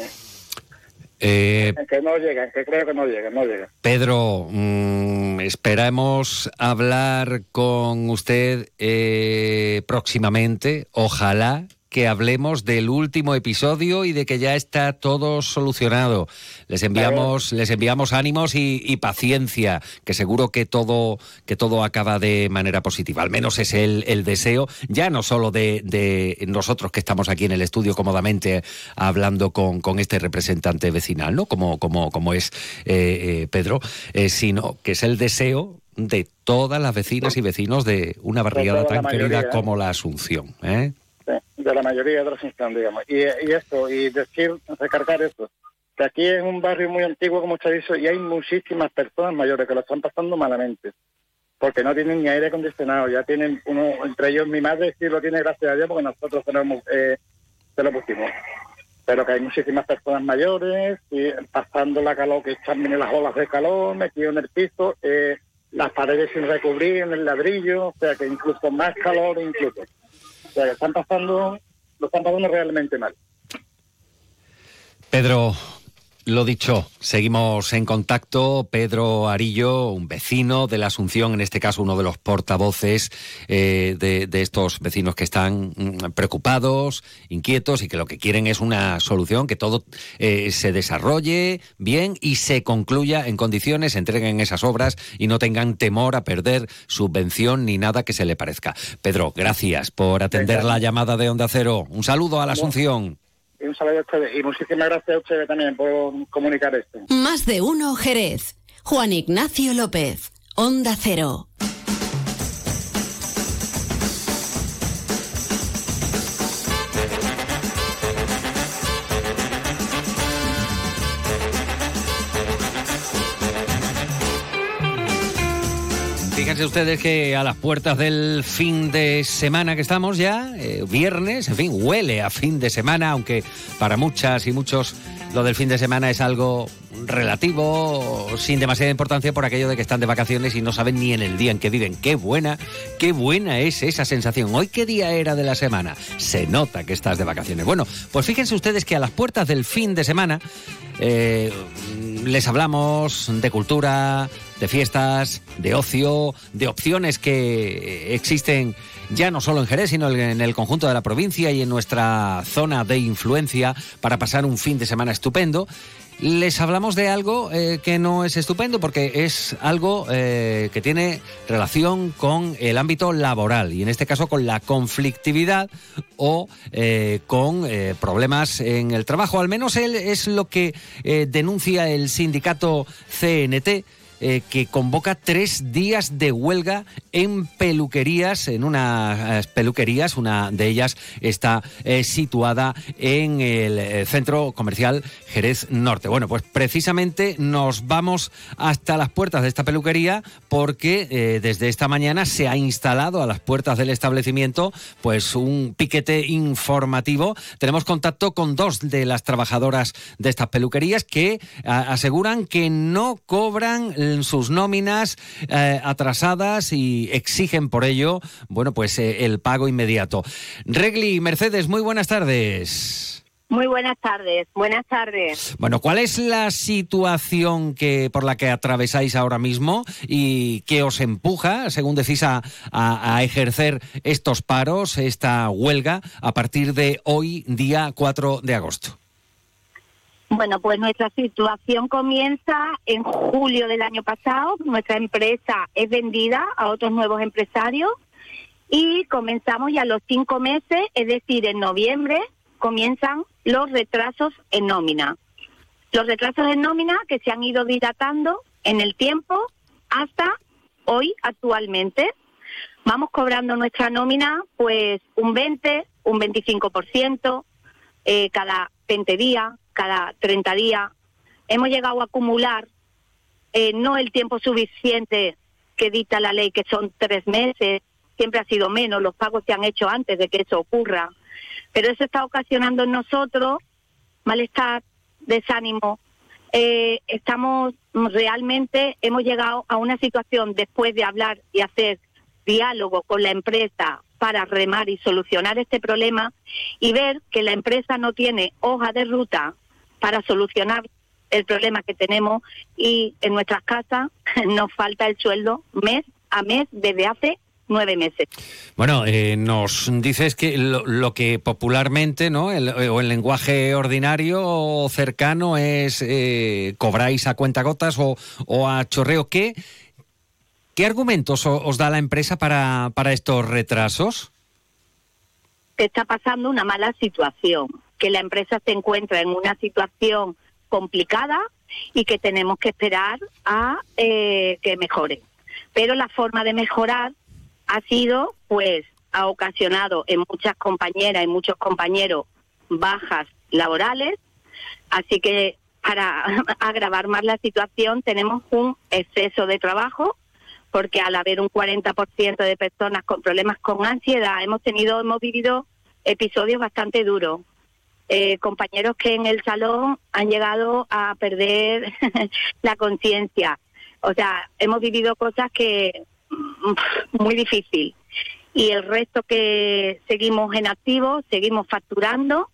que no llegan, que creo que no llegan. Pedro, esperamos hablar con usted próximamente, ojalá que hablemos del último episodio y de que ya está todo solucionado. Les enviamos ánimos y paciencia, que seguro que todo acaba de manera positiva. Al menos es el deseo, ya no solo de nosotros que estamos aquí en el estudio cómodamente hablando con este representante vecinal, ¿no? Como es Pedro, sino que es el deseo de todas las vecinas y vecinos de una barriada tan querida como la Asunción, ¿eh? De la mayoría de los instantes, digamos. Y recargar esto, que aquí es un barrio muy antiguo, como usted ha dicho, y hay muchísimas personas mayores que lo están pasando malamente, porque no tienen ni aire acondicionado, ya tienen entre ellos mi madre sí lo tiene, gracias a Dios, porque nosotros se lo pusimos. Pero que hay muchísimas personas mayores, y pasando la calor, que están en las olas de calor, metidos en el piso, las paredes sin recubrir, en el ladrillo, o sea que incluso más calor incluso. O sea, lo están pasando realmente mal. Pedro, lo dicho, seguimos en contacto. Pedro Arillo, un vecino de la Asunción, en este caso uno de los portavoces de estos vecinos que están preocupados, inquietos y que lo que quieren es una solución, que todo se desarrolle bien y se concluya en condiciones, se entreguen esas obras y no tengan temor a perder subvención ni nada que se le parezca. Pedro, gracias por atender la llamada de Onda Cero. Un saludo a la Asunción. Y un saludo a ustedes. Y muchísimas gracias a ustedes también por comunicar esto. Más de uno Jerez. Juan Ignacio López. Onda Cero. Fíjense ustedes que a las puertas del fin de semana que estamos ya, viernes, en fin, huele a fin de semana, aunque para muchas y muchos lo del fin de semana es algo relativo, sin demasiada importancia por aquello de que están de vacaciones y no saben ni en el día en que viven. Qué buena es esa sensación. ¿Hoy qué día era de la semana? Se nota que estás de vacaciones. Bueno, pues fíjense ustedes que a las puertas del fin de semana les hablamos de cultura, de fiestas, de ocio, de opciones que existen ya no solo en Jerez, sino en el conjunto de la provincia y en nuestra zona de influencia para pasar un fin de semana estupendo. Les hablamos de algo que no es estupendo porque es algo que tiene relación con el ámbito laboral y en este caso con la conflictividad o con problemas en el trabajo. Al menos es lo que denuncia el sindicato CNT, que convoca 3 días de huelga en peluquerías, en unas peluquerías. Una de ellas está situada en el centro comercial Jerez Norte. Bueno, pues precisamente nos vamos hasta las puertas de esta peluquería porque desde esta mañana se ha instalado a las puertas del establecimiento pues un piquete informativo. Tenemos contacto con 2 de las trabajadoras de estas peluquerías que aseguran que no cobran sus nóminas atrasadas y exigen por ello, bueno, pues el pago inmediato. Regli, Mercedes, muy buenas tardes. Muy buenas tardes, buenas tardes. Bueno, ¿cuál es la situación por la que atravesáis ahora mismo y que os empuja, según decís, a ejercer estos paros, esta huelga, a partir de hoy, día 4 de agosto? Bueno, pues nuestra situación comienza en julio del año pasado. Nuestra empresa es vendida a otros nuevos empresarios y comenzamos ya los 5 meses, es decir, en noviembre comienzan los retrasos en nómina. Los retrasos en nómina que se han ido dilatando en el tiempo hasta hoy actualmente. Vamos cobrando nuestra nómina pues un 20, un 25%, cada 20 días, cada 30 días. Hemos llegado a acumular no el tiempo suficiente que dicta la ley, que son 3 meses, siempre ha sido menos, los pagos se han hecho antes de que eso ocurra, pero eso está ocasionando en nosotros malestar, desánimo. Estamos realmente, hemos llegado a una situación después de hablar y hacer diálogo con la empresa para remar y solucionar este problema y ver que la empresa no tiene hoja de ruta para solucionar el problema que tenemos y en nuestras casas nos falta el sueldo mes a mes desde hace 9 meses. Bueno, nos dices que lo que popularmente, ¿no? O el lenguaje ordinario o cercano es cobráis a cuentagotas o a chorreo. ¿Qué argumentos os da la empresa para estos retrasos? Está pasando una mala situación, que la empresa se encuentra en una situación complicada y que tenemos que esperar a que mejore. Pero la forma de mejorar ha sido, pues, ha ocasionado en muchas compañeras y muchos compañeros bajas laborales, así que para agravar más la situación tenemos un exceso de trabajo, porque al haber un 40% de personas con problemas con ansiedad, hemos vivido episodios bastante duros. Compañeros que en el salón han llegado a perder la conciencia. O sea, hemos vivido cosas que muy difícil. Y el resto que seguimos en activo, seguimos facturando,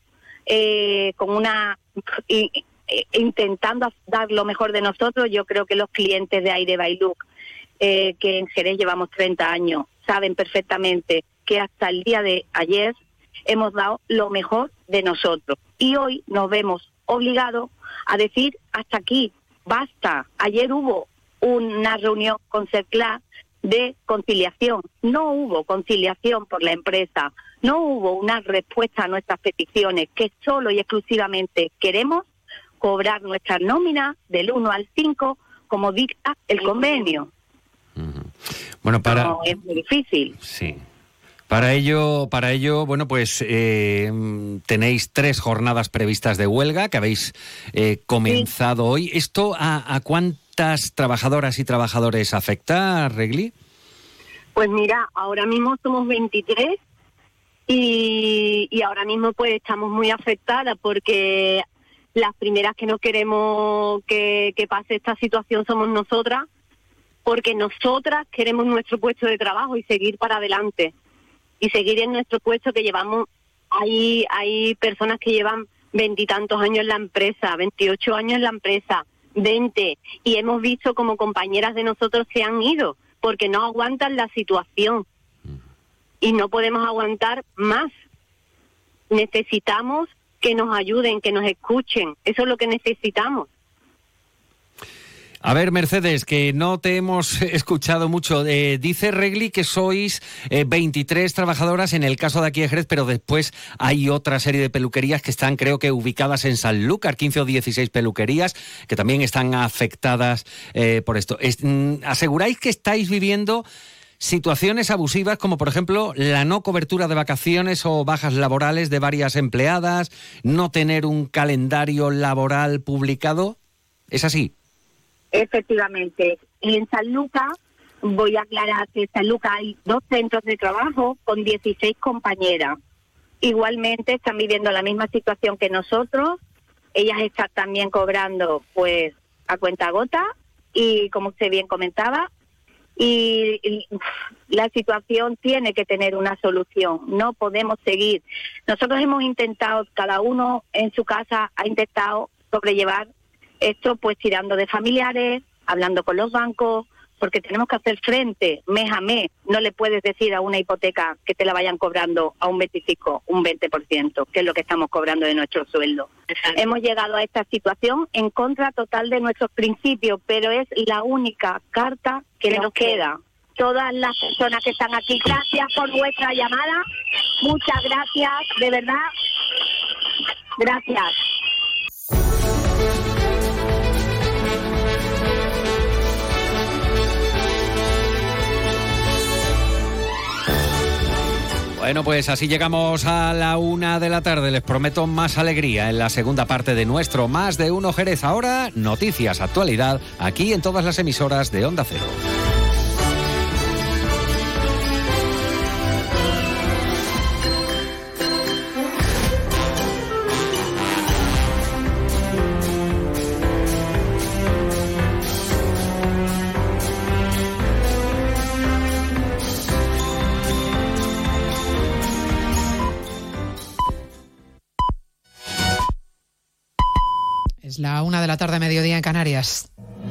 intentando dar lo mejor de nosotros. Yo creo que los clientes de Aire by Look, que en Jerez llevamos 30 años, saben perfectamente que hasta el día de ayer hemos dado lo mejor de nosotros. Y hoy nos vemos obligados a decir hasta aquí, basta. Ayer hubo una reunión con CERCLA de conciliación. No hubo conciliación por la empresa, no hubo una respuesta a nuestras peticiones, que solo y exclusivamente queremos cobrar nuestra nómina del 1 al 5 como dicta el convenio. Bueno, no, es muy difícil. Sí. Para ello, bueno, pues tenéis 3 jornadas previstas de huelga que habéis comenzado hoy. ¿Esto a cuántas trabajadoras y trabajadores afecta, Regli? Pues mira, ahora mismo somos 23 y ahora mismo pues estamos muy afectadas porque las primeras que no queremos que pase esta situación somos nosotras, porque nosotras queremos nuestro puesto de trabajo y seguir para adelante. Y seguir en nuestro puesto que llevamos, hay personas que llevan 20 y tantos años en la empresa, 28 años en la empresa, 20, y hemos visto como compañeras de nosotros se han ido porque no aguantan la situación y no podemos aguantar más. Necesitamos que nos ayuden, que nos escuchen, eso es lo que necesitamos. A ver, Mercedes, que no te hemos escuchado mucho. Dice Regli que sois 23 trabajadoras en el caso de aquí de Jerez, pero después hay otra serie de peluquerías que están, creo que, ubicadas en Sanlúcar, 15 o 16 peluquerías, que también están afectadas por esto. ¿Aseguráis que estáis viviendo situaciones abusivas, como por ejemplo la no cobertura de vacaciones o bajas laborales de varias empleadas, no tener un calendario laboral publicado? ¿Es así? Efectivamente. En Sanlúcar, voy a aclarar que en Sanlúcar hay 2 centros de trabajo con 16 compañeras. Igualmente están viviendo la misma situación que nosotros. Ellas están también cobrando pues a cuentagota y, como usted bien comentaba, y la situación tiene que tener una solución. No podemos seguir. Nosotros hemos intentado, cada uno en su casa ha intentado sobrellevar esto, pues tirando de familiares, hablando con los bancos, porque tenemos que hacer frente mes a mes. No le puedes decir a una hipoteca que te la vayan cobrando a un 25, un 20%, que es lo que estamos cobrando de nuestro sueldo. Hemos llegado a esta situación en contra total de nuestros principios, pero es la única carta que nos queda. Todas las personas que están aquí, gracias por vuestra llamada, muchas gracias, de verdad, gracias. Bueno, pues así llegamos a la 1 de la tarde. Les prometo más alegría en la segunda parte de nuestro Más de Uno Jerez. Ahora, noticias, actualidad, aquí en todas las emisoras de Onda Cero. Es la 1 de la tarde, mediodía en Canarias.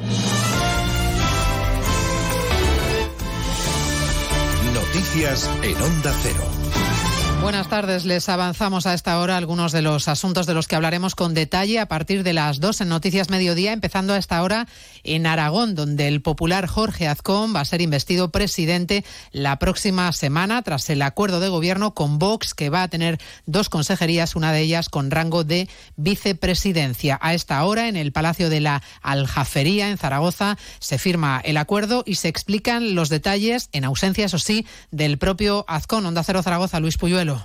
Noticias en Onda Cero. Buenas tardes, les avanzamos a esta hora algunos de los asuntos de los que hablaremos con detalle a partir de las 2 en Noticias Mediodía, empezando a esta hora en Aragón, donde el popular Jorge Azcón va a ser investido presidente la próxima semana tras el acuerdo de gobierno con Vox, que va a tener 2 consejerías, una de ellas con rango de vicepresidencia. A esta hora, en el Palacio de la Aljafería, en Zaragoza, se firma el acuerdo y se explican los detalles, en ausencia, eso sí, del propio Azcón. Onda Cero Zaragoza, Luis Puyuelo.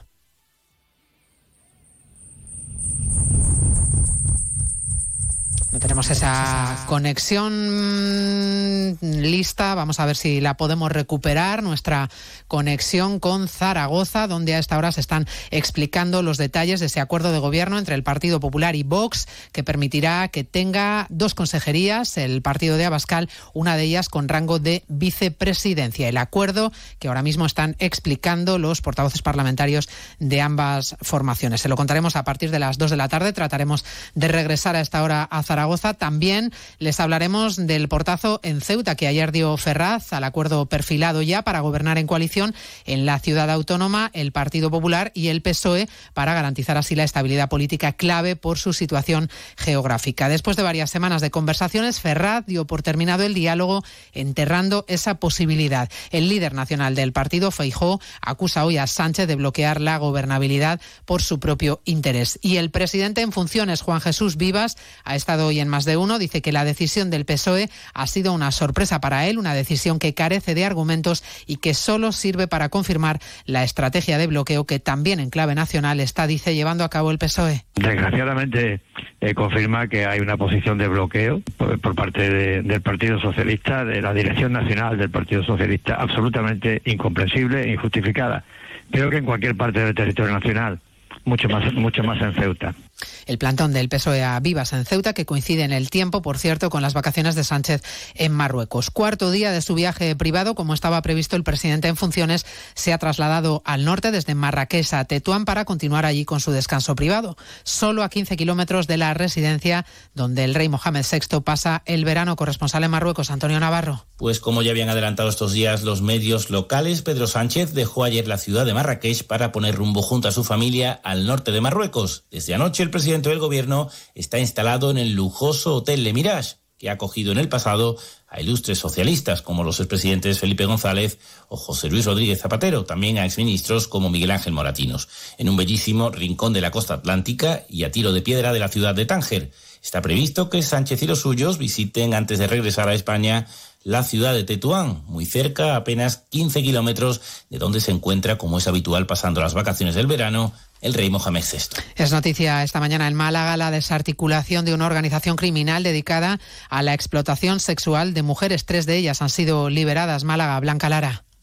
No tenemos esa conexión lista, vamos a ver si la podemos recuperar, nuestra conexión con Zaragoza, donde a esta hora se están explicando los detalles de ese acuerdo de gobierno entre el Partido Popular y Vox, que permitirá que tenga 2 consejerías, el partido de Abascal, una de ellas con rango de vicepresidencia. El acuerdo que ahora mismo están explicando los portavoces parlamentarios de ambas formaciones. Se lo contaremos a partir de las 2 de la tarde, trataremos de regresar a esta hora a Zaragoza. También les hablaremos del portazo en Ceuta que ayer dio Ferraz al acuerdo perfilado ya para gobernar en coalición en la ciudad autónoma, el Partido Popular y el PSOE, para garantizar así la estabilidad política clave por su situación geográfica. Después de varias semanas de conversaciones, Ferraz dio por terminado el diálogo, enterrando esa posibilidad. El líder nacional del partido, Feijóo, acusa hoy a Sánchez de bloquear la gobernabilidad por su propio interés. Y el presidente en funciones, Juan Jesús Vivas, ha estado hoy en Más de Uno, dice que la decisión del PSOE ha sido una sorpresa para él, una decisión que carece de argumentos y que solo sirve para confirmar la estrategia de bloqueo que también en clave nacional está, dice, llevando a cabo el PSOE. Desgraciadamente confirma que hay una posición de bloqueo por parte del Partido Socialista, de la dirección nacional del Partido Socialista, absolutamente incomprensible e injustificada. Creo que en cualquier parte del territorio nacional, mucho más en Ceuta. El plantón del PSOE a Vivas en Ceuta, que coincide en el tiempo, por cierto, con las vacaciones de Sánchez en Marruecos. Cuarto día de su viaje privado, como estaba previsto, el presidente en funciones se ha trasladado al norte desde Marrakech a Tetuán para continuar allí con su descanso privado. Solo a 15 kilómetros de la residencia donde el rey Mohamed VI pasa el verano. Corresponsal en Marruecos, Antonio Navarro. Pues como ya habían adelantado estos días los medios locales, Pedro Sánchez dejó ayer la ciudad de Marrakech para poner rumbo junto a su familia al norte de Marruecos. Desde anoche el presidente del gobierno está instalado en el lujoso Hotel Le Mirage, que ha acogido en el pasado a ilustres socialistas como los expresidentes Felipe González o José Luis Rodríguez Zapatero, también a exministros como Miguel Ángel Moratinos, en un bellísimo rincón de la costa atlántica y a tiro de piedra de la ciudad de Tánger. Está previsto que Sánchez y los suyos visiten antes de regresar a España la ciudad de Tetuán, muy cerca, a apenas 15 kilómetros de donde se encuentra, como es habitual pasando las vacaciones del verano, el rey Mohamed VI. Es noticia esta mañana en Málaga la desarticulación de una organización criminal dedicada a la explotación sexual de mujeres. 3 de ellas han sido liberadas. Málaga, Blanca Lara.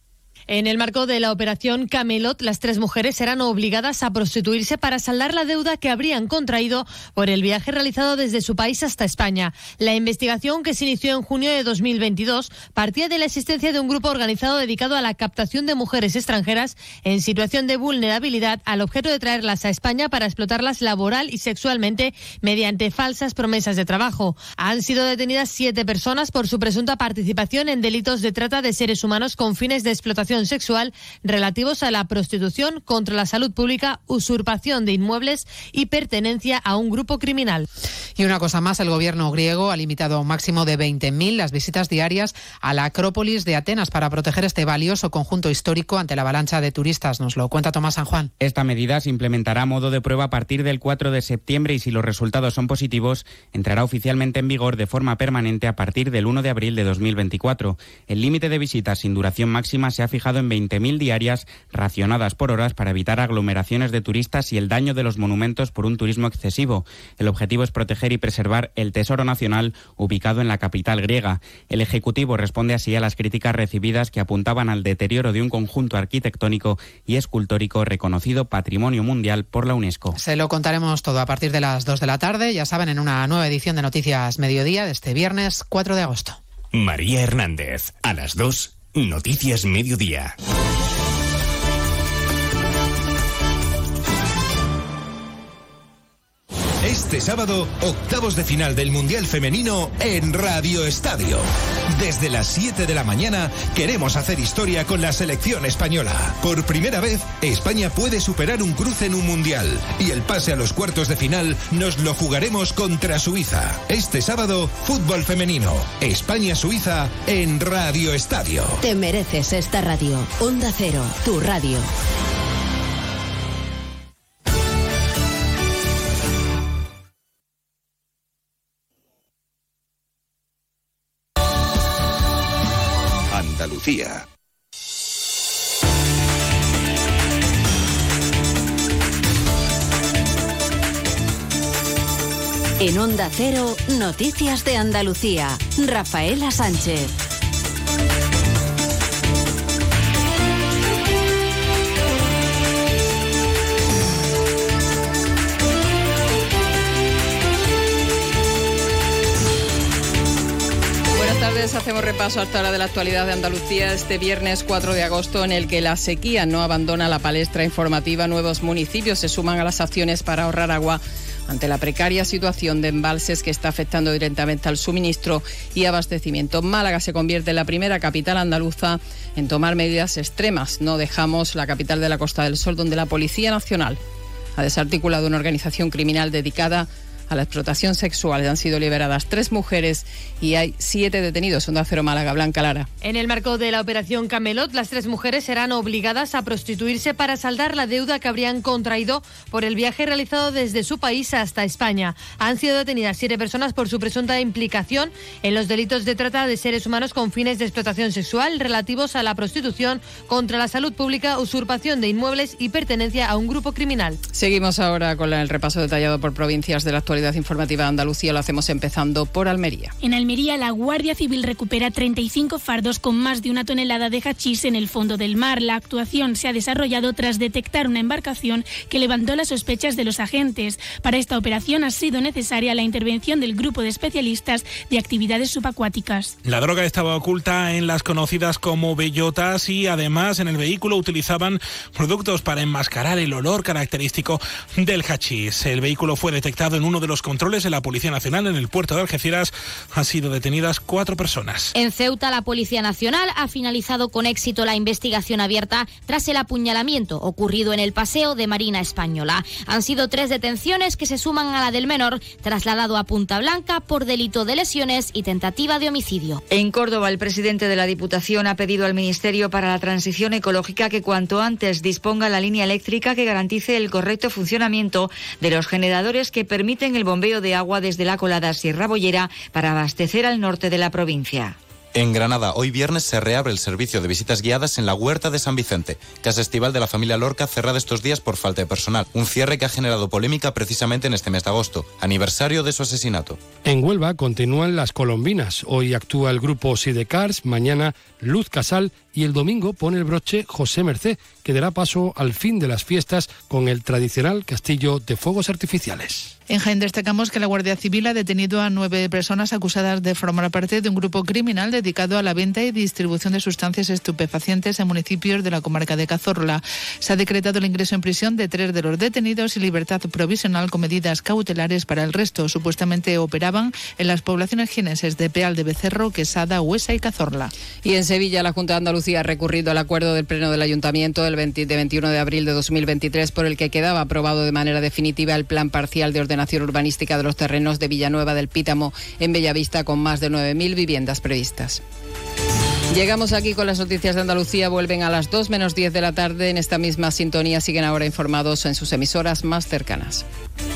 En el marco de la operación Camelot, las 3 mujeres serán obligadas a prostituirse para saldar la deuda que habrían contraído por el viaje realizado desde su país hasta España. La investigación, que se inició en junio de 2022, partía de la existencia de un grupo organizado dedicado a la captación de mujeres extranjeras en situación de vulnerabilidad, al objeto de traerlas a España para explotarlas laboral y sexualmente mediante falsas promesas de trabajo. Han sido detenidas 7 personas por su presunta participación en delitos de trata de seres humanos con fines de explotación sexual relativos a la prostitución, contra la salud pública, usurpación de inmuebles y pertenencia a un grupo criminal. Y una cosa más, el gobierno griego ha limitado a un máximo de 20.000 las visitas diarias a la Acrópolis de Atenas para proteger este valioso conjunto histórico ante la avalancha de turistas. Nos lo cuenta Tomás San Juan. Esta medida se implementará a modo de prueba a partir del 4 de septiembre y, si los resultados son positivos, entrará oficialmente en vigor de forma permanente a partir del 1 de abril de 2024. El límite de visitas sin duración máxima se ha fijado en 20.000 diarias, racionadas por horas, para evitar aglomeraciones de turistas y el daño de los monumentos por un turismo excesivo. El objetivo es proteger y preservar el tesoro nacional ubicado en la capital griega. El Ejecutivo responde así a las críticas recibidas que apuntaban al deterioro de un conjunto arquitectónico y escultórico reconocido Patrimonio Mundial por la UNESCO. Se lo contaremos todo a partir de las 2 de la tarde, ya saben, en una nueva edición de Noticias Mediodía de este viernes 4 de agosto. María Hernández, a las 2, Noticias Mediodía. Este sábado, octavos de final del Mundial Femenino en Radio Estadio. Desde las 7 de la mañana queremos hacer historia con la selección española. Por primera vez, España puede superar un cruce en un Mundial. Y el pase a los cuartos de final nos lo jugaremos contra Suiza. Este sábado, fútbol femenino. España-Suiza en Radio Estadio. Te mereces esta radio. Onda Cero, tu radio. Andalucía. En Onda Cero, Noticias de Andalucía. Rafaela Sánchez. Hacemos repaso hasta ahora de la actualidad de Andalucía este viernes 4 de agosto, en el que la sequía no abandona la palestra informativa. Nuevos municipios se suman a las acciones para ahorrar agua ante la precaria situación de embalses que está afectando directamente al suministro y abastecimiento. Málaga se convierte en la primera capital andaluza en tomar medidas extremas. No dejamos la capital de la Costa del Sol, donde la Policía Nacional ha desarticulado una organización criminal dedicada a la explotación sexual. Han sido liberadas 3 mujeres y hay 7 detenidos. Onda Cero Málaga, Blanca Lara. En el marco de la operación Camelot, las 3 mujeres serán obligadas a prostituirse para saldar la deuda que habrían contraído por el viaje realizado desde su país hasta España. Han sido detenidas 7 personas por su presunta implicación en los delitos de trata de seres humanos con fines de explotación sexual relativos a la prostitución, contra la salud pública, usurpación de inmuebles y pertenencia a un grupo criminal. Seguimos ahora con el repaso detallado por provincias de la actualidad informativa de Andalucía. Lo hacemos empezando por Almería. En Almería, la Guardia Civil recupera 35 fardos con más de 1 tonelada de hachís en el fondo del mar. La actuación se ha desarrollado tras detectar una embarcación que levantó las sospechas de los agentes. Para esta operación ha sido necesaria la intervención del grupo de especialistas de actividades subacuáticas. La droga estaba oculta en las conocidas como bellotas y además en el vehículo utilizaban productos para enmascarar el olor característico del hachís. El vehículo fue detectado en uno de los controles de la Policía Nacional en el puerto de Algeciras. Han sido detenidas 4 personas. En Ceuta, la Policía Nacional ha finalizado con éxito la investigación abierta tras el apuñalamiento ocurrido en el paseo de Marina Española. Han sido 3 detenciones que se suman a la del menor, trasladado a Punta Blanca por delito de lesiones y tentativa de homicidio. En Córdoba, el presidente de la Diputación ha pedido al Ministerio para la Transición Ecológica que cuanto antes disponga la línea eléctrica que garantice el correcto funcionamiento de los generadores que permiten el bombeo de agua desde la colada Sierra Bollera para abastecer al norte de la provincia. En Granada, hoy viernes se reabre el servicio de visitas guiadas en la Huerta de San Vicente, casa estival de la familia Lorca, cerrada estos días por falta de personal. Un cierre que ha generado polémica precisamente en este mes de agosto, aniversario de su asesinato. En Huelva continúan las colombinas. Hoy actúa el grupo Sidecars, mañana Luz Casal y el domingo pone el broche José Mercé, que dará paso al fin de las fiestas con el tradicional castillo de fuegos artificiales. En Jaén destacamos que la Guardia Civil ha detenido a 9 personas acusadas de formar parte de un grupo criminal dedicado a la venta y distribución de sustancias estupefacientes en municipios de la comarca de Cazorla. Se ha decretado el ingreso en prisión de 3 de los detenidos y libertad provisional con medidas cautelares para el resto. Supuestamente operaban en las poblaciones jienenses de Peal de Becerro, Quesada, Huesa y Cazorla. Y en Sevilla, la Junta de Andalucía ha recurrido al acuerdo del Pleno del Ayuntamiento del 21 de abril de 2023 por el que quedaba aprobado de manera definitiva el plan parcial de ordenación urbanística de los terrenos de Villanueva del Pítamo en Bellavista, con más de 9.000 viviendas previstas. Llegamos aquí con las noticias de Andalucía. Vuelven a las 2 menos 10 de la tarde. En esta misma sintonía siguen ahora informados en sus emisoras más cercanas.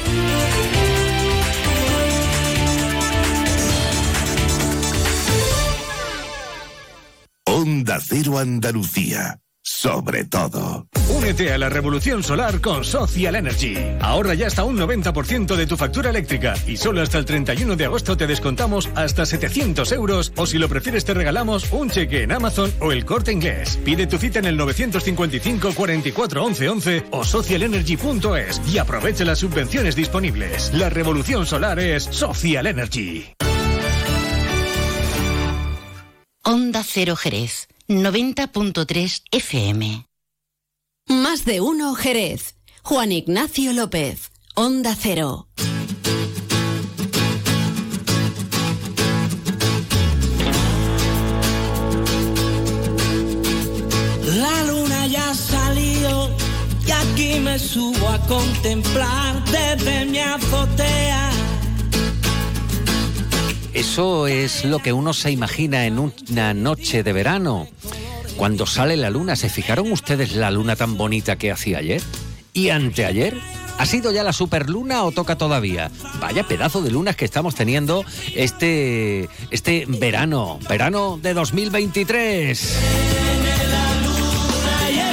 Onda Cero Andalucía. Sobre todo. Únete a la revolución solar con Social Energy. Ahorra ya hasta un 90% de tu factura eléctrica y solo hasta el 31 de agosto te descontamos hasta 700 euros o si lo prefieres te regalamos un cheque en Amazon o El Corte Inglés. Pide tu cita en el 955 44 11 11 o socialenergy.es y aprovecha las subvenciones disponibles. La revolución solar es Social Energy. Onda Cero Jerez. 90.3 FM. Más de uno Jerez. Juan Ignacio López. Onda Cero. La luna ya salió y aquí me subo a contemplar desde mi azotea. Eso es lo que uno se imagina en una noche de verano, cuando sale la luna. ¿Se fijaron ustedes la luna tan bonita que hacía ayer? ¿Y anteayer? ¿Ha sido ya la superluna o toca todavía? Vaya pedazo de lunas que estamos teniendo este verano de 2023. La luna y el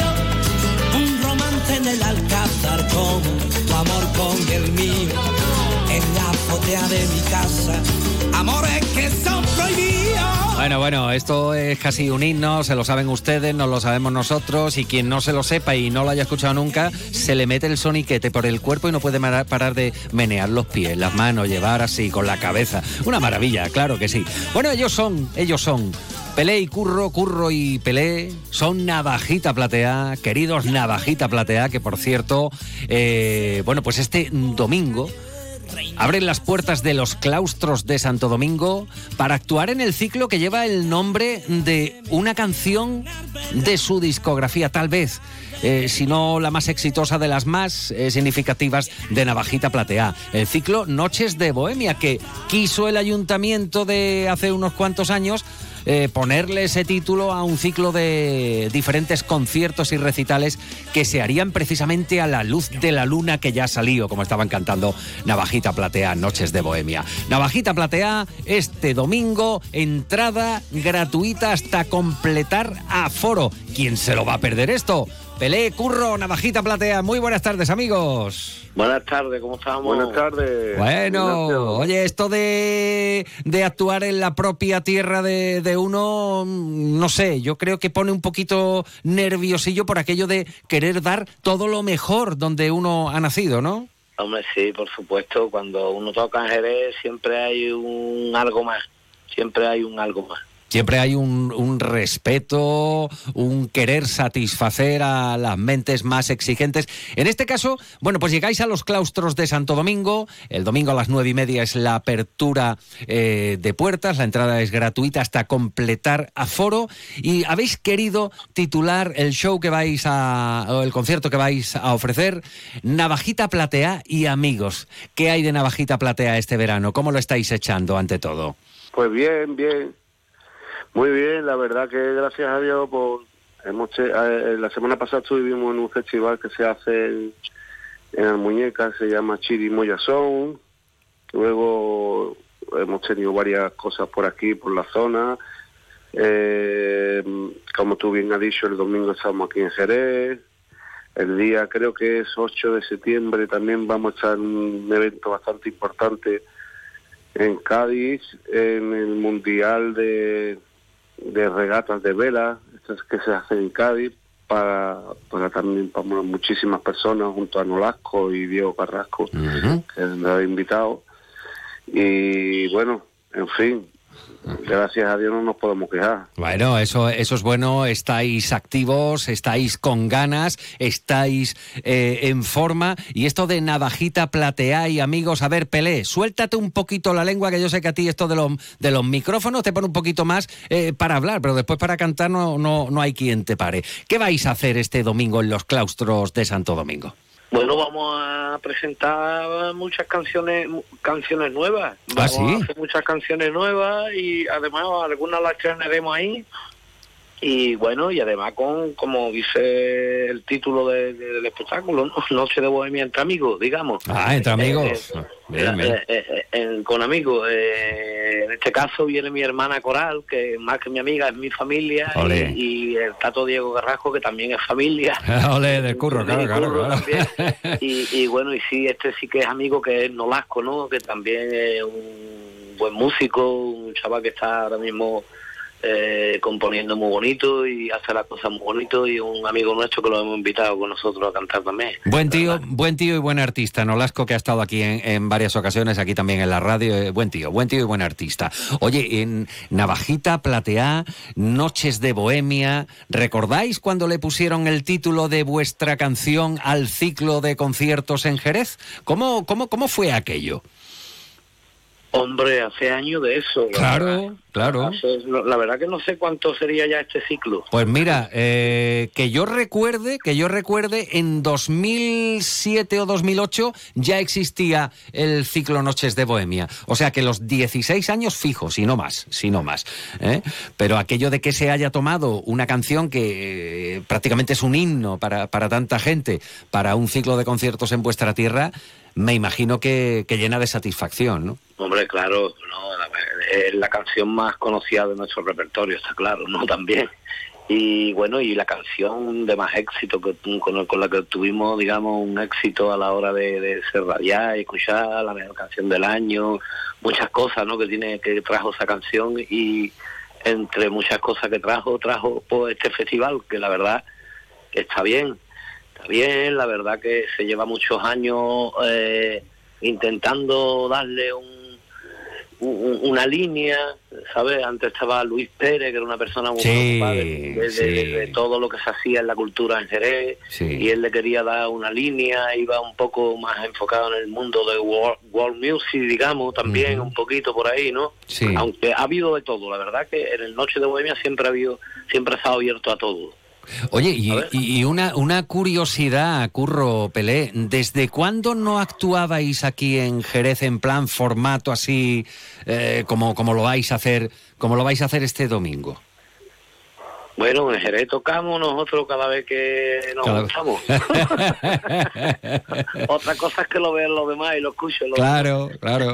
río, un romance en el alcázar como tu amor con el mío. En la azotea de mi casa, amores que son prohibidos. Bueno, esto es casi un himno, se lo saben ustedes, nos lo sabemos nosotros, y quien no se lo sepa y no lo haya escuchado nunca, se le mete el soniquete por el cuerpo y no puede parar de menear los pies, las manos, llevar así con la cabeza. Una maravilla, claro que sí. Bueno, ellos son Pelé y Curro y Pelé, son Navajita Platea, queridos Navajita Platea, que por cierto, pues este domingo abren las puertas de los claustros de Santo Domingo para actuar en el ciclo que lleva el nombre de una canción de su discografía, tal vez, si no la más exitosa, de las más significativas de Navajita Platea. El ciclo Noches de Bohemia, que quiso el ayuntamiento de hace unos cuantos años ponerle ese título a un ciclo de diferentes conciertos y recitales que se harían precisamente a la luz de la luna que ya salió, como estaban cantando Navajita Platea, Noches de Bohemia. Navajita Platea, este domingo, entrada gratuita hasta completar aforo. ¿Quién se lo va a perder esto? Pelé, Curro, Navajita Platea, muy buenas tardes, amigos. Buenas tardes, ¿cómo estamos? Buenas tardes. Bueno, oye, esto de actuar en la propia tierra de uno, no sé, yo creo que pone un poquito nerviosillo por aquello de querer dar todo lo mejor donde uno ha nacido, ¿no? Hombre, sí, por supuesto, cuando uno toca en Jerez siempre hay un algo más. Siempre hay un respeto, un querer satisfacer a las mentes más exigentes. En este caso, pues llegáis a los claustros de Santo Domingo. El domingo a las 9:30 es la apertura de puertas. La entrada es gratuita hasta completar aforo. Y habéis querido titular el show o el concierto que vais a ofrecer, Navajita Platea y amigos. ¿Qué hay de Navajita Platea este verano? ¿Cómo lo estáis echando ante todo? Pues bien. Muy bien, la verdad que gracias a Dios, la semana pasada estuvimos en un festival que se hace en Almuñeca, se llama Chirimoya Sound. Luego hemos tenido varias cosas por aquí, por la zona. Como tú bien has dicho, el domingo estamos aquí en Jerez. El día, creo que es 8 de septiembre, también vamos a estar en un evento bastante importante en Cádiz, en el Mundial de regatas de vela. que se hace en Cádiz para también para muchísimas personas, junto a Nolasco y Diego Carrasco, que me había invitado. Y bueno, en fin, gracias a Dios no nos podemos quejar. Bueno, eso es bueno, estáis activos, estáis con ganas, estáis en forma. Y esto de navajita plateá y amigos, a ver, Pelé, suéltate un poquito la lengua, que yo sé que a ti esto de los micrófonos te pone un poquito más para hablar, pero después para cantar no hay quien te pare. ¿Qué vais a hacer este domingo en los claustros de Santo Domingo? Bueno, vamos a presentar muchas canciones nuevas. Vamos a hacer muchas canciones nuevas y además algunas las estrenaremos ahí. Y bueno, y además como dice el título del espectáculo, ¿no? Noche de bohemia entre amigos, digamos. Entre amigos. Con amigos. En este caso viene mi hermana Coral, que más que mi amiga es mi familia, y el Tato Diego Carrasco, que también es familia. Ole, del curro, claro. Y bueno, y sí, este sí que es amigo, que es Nolasco, ¿no? Que también es un buen músico, un chaval que está ahora mismo componiendo muy bonito y hace las cosas muy bonito, y un amigo nuestro que lo hemos invitado con nosotros a cantar también. Buen tío y buen artista, Nolasco, que ha estado aquí en varias ocasiones, aquí también en la radio. Buen tío y buen artista. Oye, en Navajita plateá, Noches de Bohemia, ¿recordáis cuando le pusieron el título de vuestra canción al ciclo de conciertos en Jerez? ¿Cómo fue aquello? Hombre, hace años de eso. Claro. La verdad que no sé cuánto sería ya este ciclo. Pues mira, que yo recuerde, en 2007 o 2008 ya existía el ciclo Noches de Bohemia. O sea que los 16 años fijos, si no más. Pero aquello de que se haya tomado una canción que prácticamente es un himno para tanta gente, para un ciclo de conciertos en vuestra tierra, me imagino que llena de satisfacción, ¿no? Hombre, claro, es la canción más conocida de nuestro repertorio, está claro, ¿no? También. Y bueno, y la canción de más éxito con la que tuvimos, digamos, un éxito a la hora de ser radial y escuchar, la mejor canción del año, muchas cosas, ¿no? Que trajo esa canción, y entre muchas cosas que trajo pues este festival, que la verdad que está bien, la verdad que se lleva muchos años intentando darle una línea, ¿sabes? Antes estaba Luis Pérez, que era una persona muy preocupada de todo lo que se hacía en la cultura en Jerez, y él le quería dar una línea, iba un poco más enfocado en el mundo de world music, digamos, también un poquito por ahí, ¿no? Sí. Aunque ha habido de todo, la verdad que en el Noche de Bohemia siempre ha estado abierto a todo. Oye, y una curiosidad, Curro, Pelé, ¿desde cuándo no actuabais aquí en Jerez en plan formato así como lo vais a hacer este domingo? Bueno, en Jerez tocamos nosotros cada vez que nos juntamos. Otra cosa es que lo vean los demás y lo escuchen. Claro.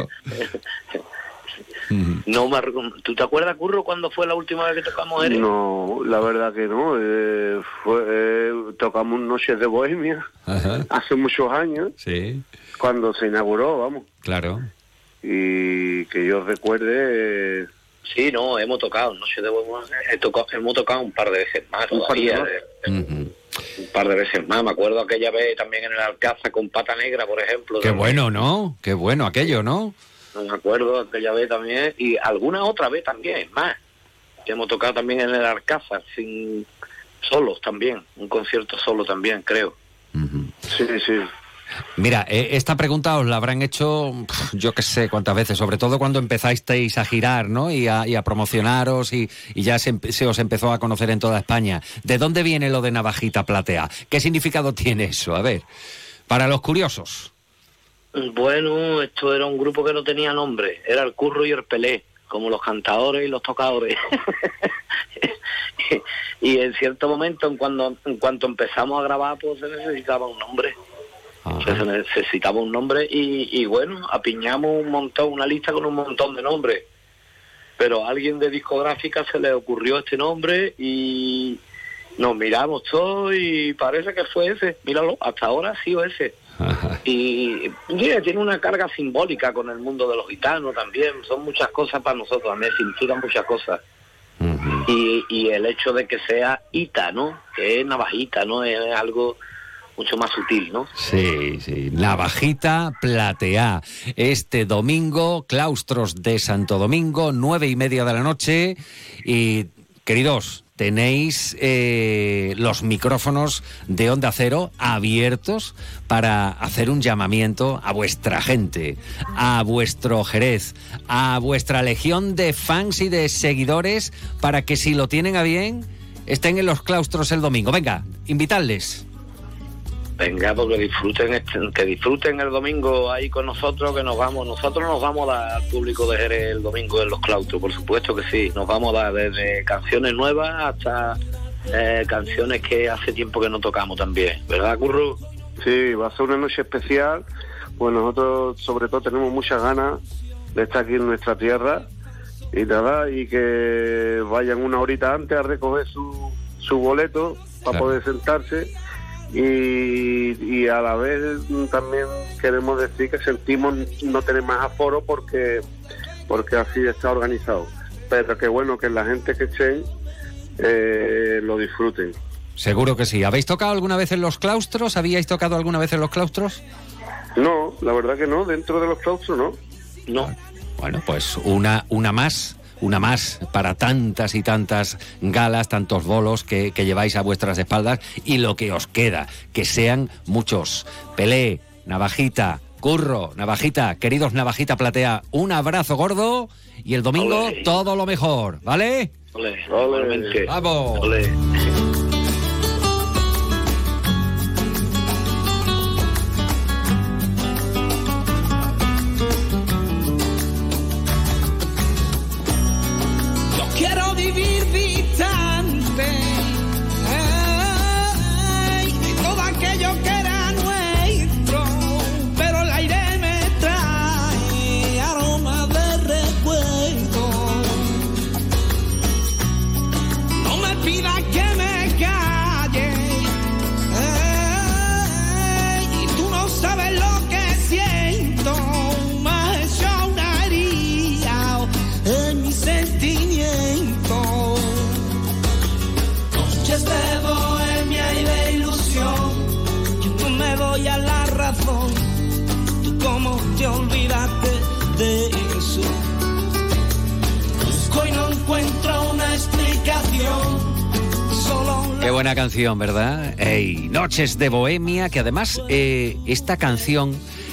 No, ¿tú te acuerdas, Curro, cuándo fue la última vez que tocamos Jerez? No, la verdad que no. Tocamos Noches de Bohemia hace muchos años, cuando se inauguró, vamos. Claro. Y que yo recuerde... Sí, no, hemos tocado Noches de Bohemia, hemos tocado un par de veces más todavía. Un par de veces más, me acuerdo aquella vez también en el Alcázar con Pata Negra, por ejemplo. Qué bueno, ¿no? Qué bueno aquello, ¿no? Me acuerdo aquella vez también, y alguna otra vez también, más. Que hemos tocado también en el Alcázar, solos también, un concierto solo también, creo. Sí. Mira, esta pregunta os la habrán hecho yo qué sé cuántas veces, sobre todo cuando empezasteis a girar, ¿no? Y a promocionaros y ya se os empezó a conocer en toda España. ¿De dónde viene lo de Navajita plateá? ¿Qué significado tiene eso? A ver, para los curiosos. Bueno, esto era un grupo que no tenía nombre, era el Curro y el Pelé, como los cantadores y los tocadores. Y en cierto momento, en cuanto empezamos a grabar, pues se necesitaba un nombre. Se necesitaba un nombre y bueno, apiñamos una lista con un montón de nombres. Pero a alguien de discográfica se le ocurrió este nombre y nos miramos todos y parece que fue ese. Míralo, hasta ahora ha sido ese. Y mira, tiene una carga simbólica con el mundo de los gitanos también. Son muchas cosas para nosotros, me significan muchas cosas. y el hecho de que sea hita, ¿no? Que es navajita, ¿no? Es algo mucho más sutil, ¿no? Sí, sí, navajita plateá. Este domingo, claustros de Santo Domingo, 9:30 de la noche. Y, queridos, tenéis los micrófonos de Onda Cero abiertos para hacer un llamamiento a vuestra gente, a vuestro Jerez, a vuestra legión de fans y de seguidores, para que, si lo tienen a bien, estén en los claustros el domingo. Venga, invitadles. Venga, porque disfruten el domingo ahí con nosotros, que nosotros nos vamos a dar al público de Jerez el domingo en los claustros, por supuesto que sí, nos vamos a dar desde canciones nuevas hasta canciones que hace tiempo que no tocamos también, ¿verdad, Curro? Sí, va a ser una noche especial, pues nosotros sobre todo tenemos muchas ganas de estar aquí en nuestra tierra y nada, y que vayan una horita antes a recoger su boleto para poder sentarse. Y a la vez también queremos decir que sentimos no tener más aforo porque así está organizado, pero que bueno, que la gente que estén lo disfruten. Seguro que sí. ¿Habéis tocado alguna vez en los claustros? ¿Habíais tocado alguna vez en los claustros? No, la verdad que no, dentro de los claustros no. Bueno, pues una más para tantas y tantas galas, tantos bolos que lleváis a vuestras espaldas, y lo que os queda, que sean muchos. Pelé, Navajita, Curro, Navajita, queridos Navajita Platea, un abrazo gordo, y el domingo Olé. todo lo mejor, ¿vale? Olé. ¡Vamos! Olé. Quiero vivir distante de todo aquello que era nuestro, pero el aire me trae aroma de recuerdo. No me pidas que me calle, y tú no sabes lo que siento. Me has hecho una herida en mi sentimiento. Noches de bohemia y de ilusión, yo no me doy a la razón. ¿Tú cómo te olvidaste de eso? Busco y no encuentro una explicación. Solo Qué buena canción, ¿verdad? Ey, Noches de Bohemia, que además esta canción,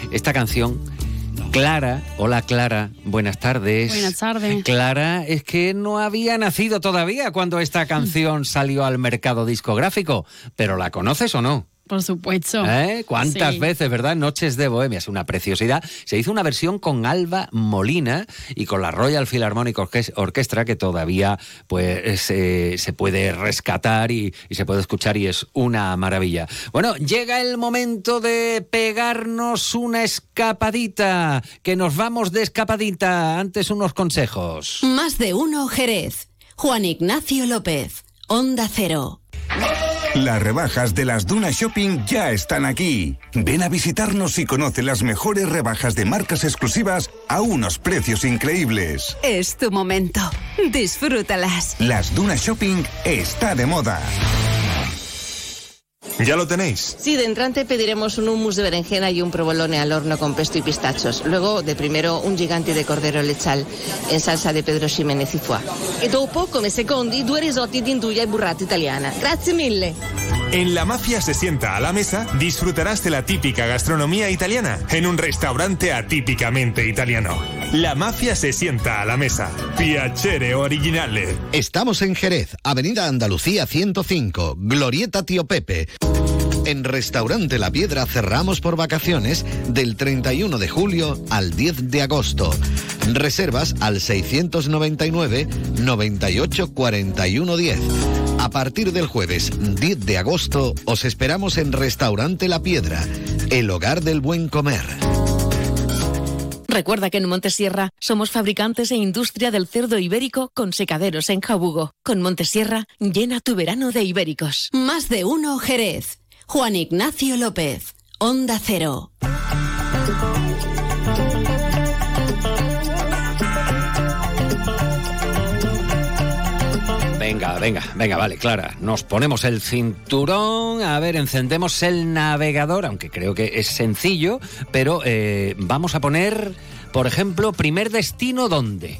Clara, hola Clara, buenas tardes. Buenas tardes. Clara, es que no había nacido todavía cuando esta canción salió al mercado discográfico, pero ¿la conoces o no? Por supuesto. ¿Cuántas Sí. veces, verdad? Noches de Bohemia, es una preciosidad. Se hizo una versión con Alba Molina y con la Royal Philharmonic Orchestra, que todavía pues se puede rescatar y se puede escuchar, y es una maravilla. Bueno, llega el momento de pegarnos una escapadita, que nos vamos de escapadita. Antes, unos consejos. Más de uno Jerez. Juan Ignacio López, Onda Cero. Las rebajas de las Dunas Shopping ya están aquí. Ven a visitarnos y conoce las mejores rebajas de marcas exclusivas a unos precios increíbles. Es tu momento. Disfrútalas. Las Dunas Shopping está de moda. ¿Ya lo tenéis? Sí, de entrante pediremos un hummus de berenjena y un provolone al horno con pesto y pistachos. Luego, de primero, un gigante de cordero lechal en salsa de Pedro Ximénez y foie. E dopo, come secondi, 2 risotti di induja e burrata italiana. Grazie mille. En La Mafia se sienta a la mesa, disfrutarás de la típica gastronomía italiana en un restaurante atípicamente italiano. La Mafia se sienta a la mesa. Piacere originale. Estamos en Jerez, Avenida Andalucía 105, Glorieta Tío Pepe. En Restaurante La Piedra cerramos por vacaciones del 31 de julio al 10 de agosto. Reservas al 699 98 41 10. A partir del jueves 10 de agosto os esperamos en Restaurante La Piedra, el hogar del buen comer. Recuerda que en Montesierra somos fabricantes e industria del cerdo ibérico con secaderos en Jabugo. Con Montesierra, llena tu verano de ibéricos. Más de uno Jerez. Juan Ignacio López, Onda Cero. Venga, vale, Clara. Nos ponemos el cinturón, a ver, encendemos el navegador, aunque creo que es sencillo, pero vamos a poner, por ejemplo, primer destino, ¿dónde?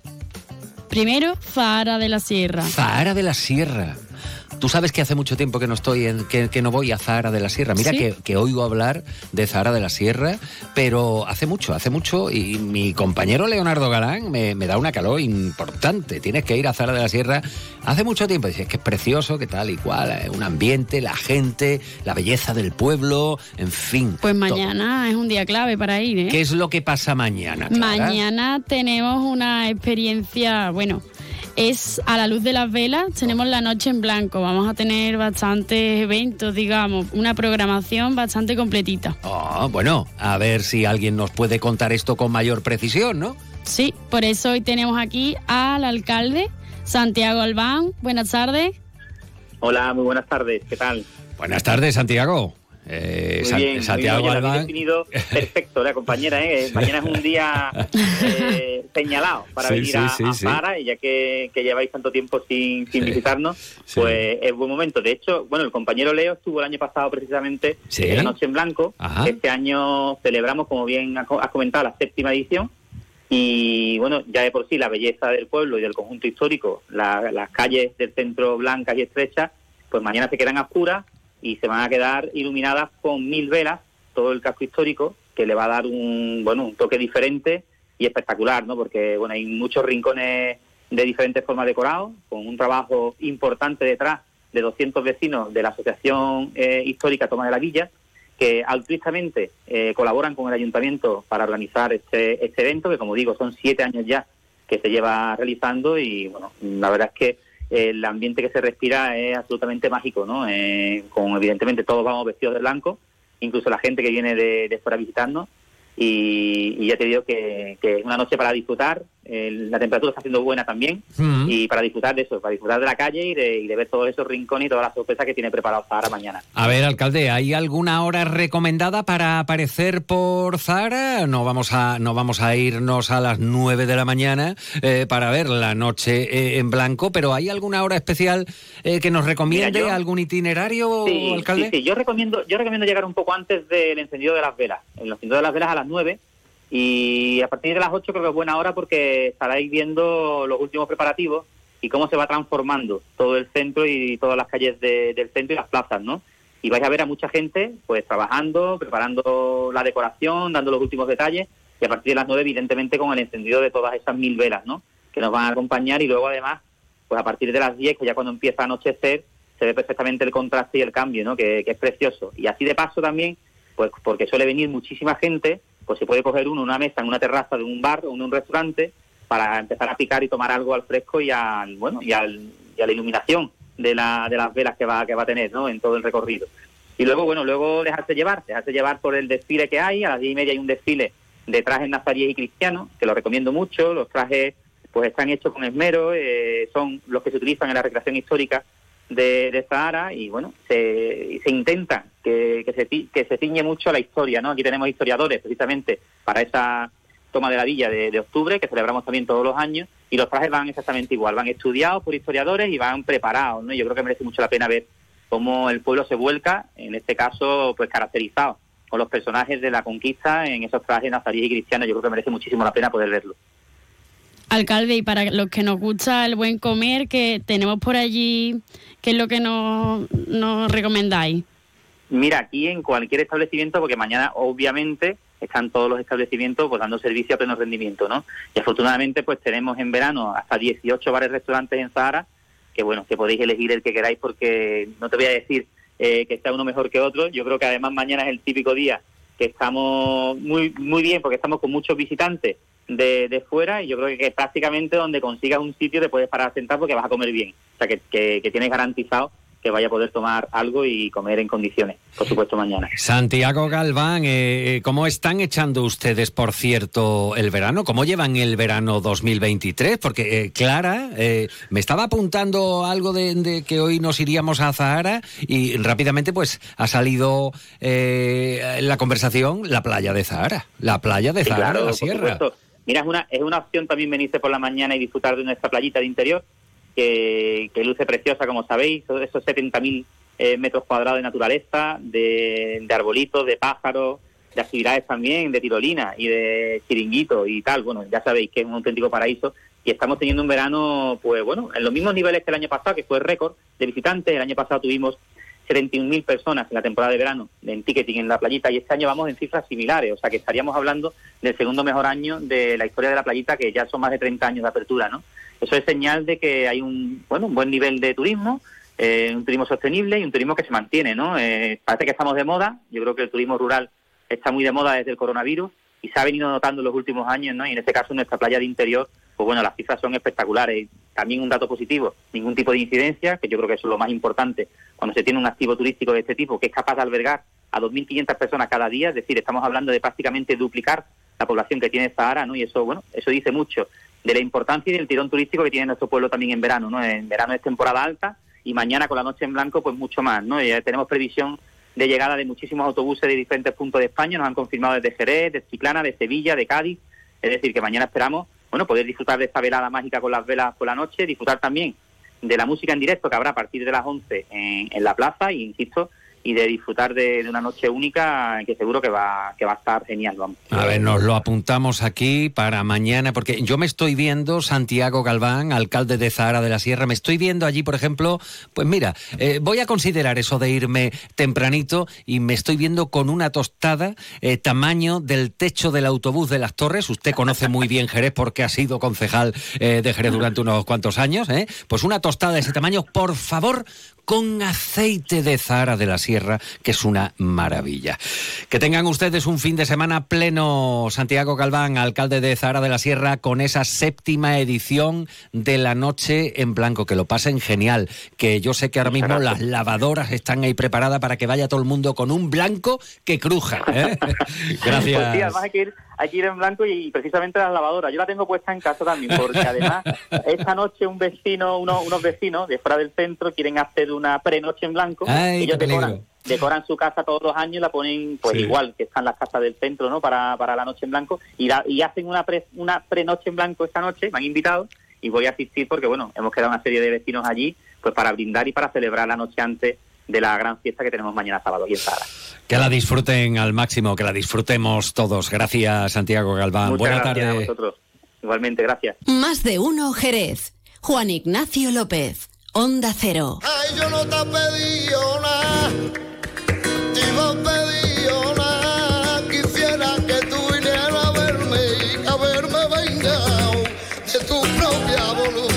Primero, Zahara de la Sierra. Zahara de la Sierra. Tú sabes que hace mucho tiempo que no estoy que no voy a Zahara de la Sierra. Mira, ¿sí? que oigo hablar de Zahara de la Sierra, pero hace mucho, y mi compañero Leonardo Galán me da una calor importante. Tienes que ir a Zahara de la Sierra. Hace mucho tiempo. Dices que es precioso, que tal y cual, un ambiente, la gente, la belleza del pueblo, en fin. Pues mañana es un día clave para ir, ¿eh? ¿Qué es lo que pasa mañana, Clara? Mañana tenemos una experiencia, es a la luz de las velas, tenemos la noche en blanco, vamos a tener bastantes eventos, digamos, una programación bastante completita. Bueno, a ver si alguien nos puede contar esto con mayor precisión, ¿no? Sí, por eso hoy tenemos aquí al alcalde, Santiago Albán. Buenas tardes. Hola, muy buenas tardes, ¿qué tal? Buenas tardes, Santiago. Muy bien, Santiago Albán. Albán. Definido perfecto, la compañera, mañana es un día señalado para venir a Zahara, y ya que lleváis tanto tiempo sin visitarnos, pues es buen momento. De hecho, el compañero Leo estuvo el año pasado precisamente en la Noche en Blanco. Ajá. Este año celebramos, como bien has comentado, la 7ª edición. Y ya de por sí la belleza del pueblo y del conjunto histórico, las calles del centro blancas y estrechas, pues mañana se quedan a oscuras y se van a quedar iluminadas con 1000 velas, todo el casco histórico, que le va a dar un toque diferente y espectacular, ¿no? Porque hay muchos rincones de diferentes formas decorados, con un trabajo importante detrás de 200 vecinos de la Asociación Histórica Toma de la Villa, que altruistamente colaboran con el ayuntamiento para organizar este evento, que como digo son 7 años ya que se lleva realizando, y la verdad es que el ambiente que se respira es absolutamente mágico, ¿no? Con evidentemente todos vamos vestidos de blanco, incluso la gente que viene de fuera a visitarnos, y ya te digo que es una noche para disfrutar. La temperatura está siendo buena también, y para disfrutar de eso, para disfrutar de la calle y de ver todos esos rincones y todas las sorpresas que tiene preparado Zahara mañana. A ver, alcalde, ¿hay alguna hora recomendada para aparecer por Zahara? No vamos a irnos a las 9 de la mañana para ver la noche en blanco, pero ¿hay alguna hora especial que nos recomiende? ¿Algún itinerario, alcalde? Sí, yo recomiendo llegar un poco antes del encendido de las velas. El encendido de las velas a las 9, y a partir de las 8 creo que es buena hora, porque estaréis viendo los últimos preparativos y cómo se va transformando todo el centro y todas las calles del centro y las plazas, ¿no? Y vais a ver a mucha gente pues trabajando, preparando la decoración, dando los últimos detalles, y a partir de las 9 evidentemente con el encendido de todas esas 1000 velas, ¿no? Que nos van a acompañar, y luego además pues a partir de las 10, que ya cuando empieza a anochecer, se ve perfectamente el contraste y el cambio, ¿no? Que es precioso. Y así de paso también, pues porque suele venir muchísima gente, pues se puede coger una mesa en una terraza de un bar o en un restaurante para empezar a picar y tomar algo al fresco y a la iluminación de las velas que va a tener, ¿no? En todo el recorrido. Y luego dejarse llevar por el desfile que hay. A las 10:30 hay un desfile de trajes nazaríes y cristianos, que lo recomiendo mucho. Los trajes pues están hechos con esmero, son los que se utilizan en la recreación histórica de Zahara, y se intenta que se ciñe mucho a la historia, ¿no? Aquí tenemos historiadores precisamente para esa toma de la villa de octubre, que celebramos también todos los años, y los trajes van exactamente igual, van estudiados por historiadores y van preparados, ¿no? Yo creo que merece mucho la pena ver cómo el pueblo se vuelca, en este caso pues caracterizado con los personajes de la conquista en esos trajes nazaríes y cristianos. Yo creo que merece muchísimo la pena poder verlo. Alcalde, y para los que nos gusta el buen comer, que tenemos por allí, ¿qué es lo que nos recomendáis? Mira, aquí en cualquier establecimiento, porque mañana obviamente están todos los establecimientos pues dando servicio a pleno rendimiento, ¿no? Y afortunadamente pues tenemos en verano hasta 18 bares y restaurantes en Zahara, que que podéis elegir el que queráis, porque no te voy a decir que sea uno mejor que otro. Yo creo que además mañana es el típico día que estamos muy muy bien, porque estamos con muchos visitantes de fuera, y yo creo que prácticamente donde consigas un sitio te puedes parar a sentar porque vas a comer bien. O sea, que tienes garantizado que vaya a poder tomar algo y comer en condiciones, por supuesto, mañana. Santiago Galván, ¿cómo están echando ustedes, por cierto, el verano? ¿Cómo llevan el verano 2023? Porque Clara me estaba apuntando algo de que hoy nos iríamos a Zahara, y rápidamente pues ha salido en la conversación la playa de Zahara. La playa de Zahara, la sierra. Mira, es una opción también venirse por la mañana y disfrutar de nuestra playita de interior, que luce preciosa, como sabéis, esos 70.000 metros cuadrados de naturaleza, de arbolitos, de pájaros, de actividades también, de tirolina y de chiringuito y tal. Bueno, ya sabéis que es un auténtico paraíso y estamos teniendo un verano, pues bueno, en los mismos niveles que el año pasado, que fue récord de visitantes. El año pasado tuvimos 71.000 personas en la temporada de verano en ticketing en la playita, y este año vamos en cifras similares, o sea que estaríamos hablando del segundo mejor año de la historia de la playita, que ya son más de 30 años de apertura, ¿no? Eso es señal de que hay un buen nivel de turismo, un turismo sostenible y un turismo que se mantiene, ¿no? Parece que estamos de moda. Yo creo que el turismo rural está muy de moda desde el coronavirus y se ha venido notando en los últimos años, ¿no? Y en este caso en nuestra playa de interior, pues bueno, las cifras son espectaculares. También un dato positivo, ningún tipo de incidencia, que yo creo que eso es lo más importante cuando se tiene un activo turístico de este tipo, que es capaz de albergar a 2.500 personas cada día. Es decir, estamos hablando de prácticamente duplicar la población que tiene Zahara, ¿no? Y eso, bueno, eso dice mucho de la importancia y del tirón turístico que tiene nuestro pueblo también en verano, ¿no? En verano es temporada alta y mañana con la Noche en Blanco, pues mucho más, ¿no? Ya tenemos previsión de llegada de muchísimos autobuses de diferentes puntos de España. Nos han confirmado desde Jerez, de Chiclana, de Sevilla, de Cádiz. Es decir, que mañana esperamos, bueno, poder disfrutar de esta velada mágica con las velas por la noche, disfrutar también de la música en directo que habrá a partir de las 11 en la plaza, y insisto, y de disfrutar de una noche única que seguro que va a estar genial, vamos. A ver, nos lo apuntamos aquí para mañana, porque yo me estoy viendo, Santiago Galván, alcalde de Zahara de la Sierra, me estoy viendo allí, por ejemplo, pues mira, voy a considerar eso de irme tempranito y me estoy viendo con una tostada tamaño del techo del autobús de Las Torres. Usted conoce muy bien Jerez porque ha sido concejal de Jerez durante unos cuantos años, pues una tostada de ese tamaño, por favor, con aceite de Zahara de la Sierra, que es una maravilla. Que tengan ustedes un fin de semana pleno. Santiago Galván, alcalde de Zahara de la Sierra, con esa 7ª edición de la Noche en Blanco. Que lo pasen genial, que yo sé que ahora mismo las lavadoras están ahí preparadas para que vaya todo el mundo con un blanco que cruja, ¿eh? Gracias. Pues sí, además hay que ir en blanco, y precisamente las lavadoras. Yo la tengo puesta en casa también, porque además esta noche unos vecinos de fuera del centro quieren hacer una pre-noche en blanco. Ay, ellos decoran su casa todos los años y la ponen pues sí, igual que están las casas del centro, ¿no? Para la noche en blanco, y hacen una pre-noche en blanco esta noche. Me han invitado y voy a asistir porque, bueno, hemos quedado una serie de vecinos allí pues para brindar y para celebrar la noche antes de la gran fiesta que tenemos mañana sábado aquí en Zahara. Que la disfruten al máximo, que la disfrutemos todos. Gracias, Santiago Galván. Buena tarde. A vosotros. Igualmente, gracias. Más de uno Jerez. Juan Ignacio López, Onda Cero. Ay, yo no te he pedido nada, y no he pedido nada. Quisiera que tú vinieras a verme vengado de tu propia voluntad.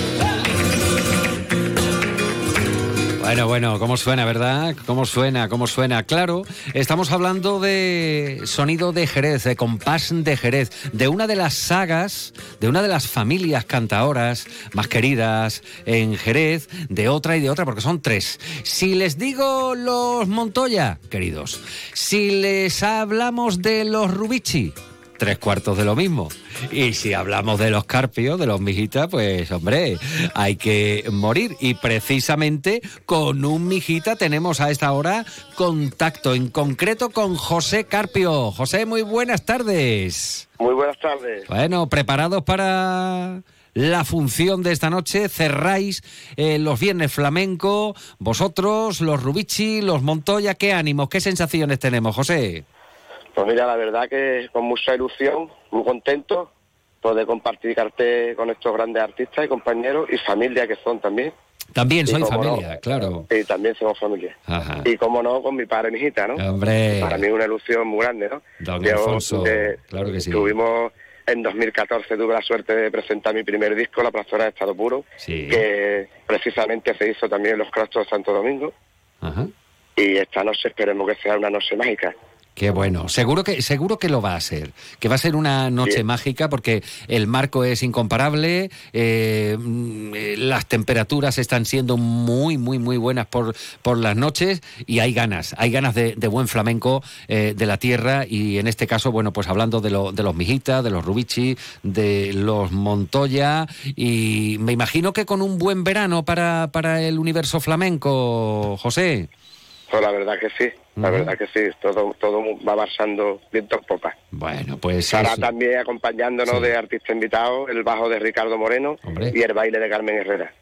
Bueno, cómo suena, ¿verdad? Cómo suena. Claro, estamos hablando de sonido de Jerez, de compás de Jerez, de una de las sagas, de una de las familias cantaoras más queridas en Jerez, de otra y de otra, porque son 3. Si les digo los Montoya, queridos, si les hablamos de los Rubici, 3/4 de lo mismo. Y si hablamos de los Carpio, de los Mijita, pues hombre, hay que morir. Y precisamente con un Mijita tenemos a esta hora contacto, en concreto con José Carpio. José, muy buenas tardes. Muy buenas tardes. Bueno, ¿preparados para la función de esta noche? Cerráis los viernes flamenco, vosotros, los Rubici, los Montoya. ¿Qué ánimos, qué sensaciones tenemos, José? Pues mira, la verdad que con mucha ilusión, muy contento de compartir cartel con estos grandes artistas y compañeros y familia que son también. También soy familia, claro. Sí, también somos familia. Ajá. Y como no, con mi padre y mi hijita, ¿no? Hombre. Para mí es una ilusión muy grande, ¿no? Don Alfonso, claro que sí. Tuvimos en 2014, tuve la suerte de presentar mi primer disco, La Pastora de Estado Puro, sí, que precisamente se hizo también en los claustros de Santo Domingo. Ajá. Y esta noche esperemos que sea una noche mágica. Qué bueno, seguro que lo va a ser, que va a ser una noche mágica, porque el marco es incomparable, las temperaturas están siendo muy buenas por las noches, y hay ganas de buen flamenco de la tierra, y en este caso, bueno, pues hablando de los Mijita, de los Rubici, de los Montoya, y me imagino que con un buen verano para el universo flamenco, José. Pues la verdad que sí. La verdad que sí, todo va avanzando viento en popa. Bueno, pues estará también acompañándonos de artista invitado, el bajo de Ricardo Moreno. Hombre. Y el baile de Carmen Herrera.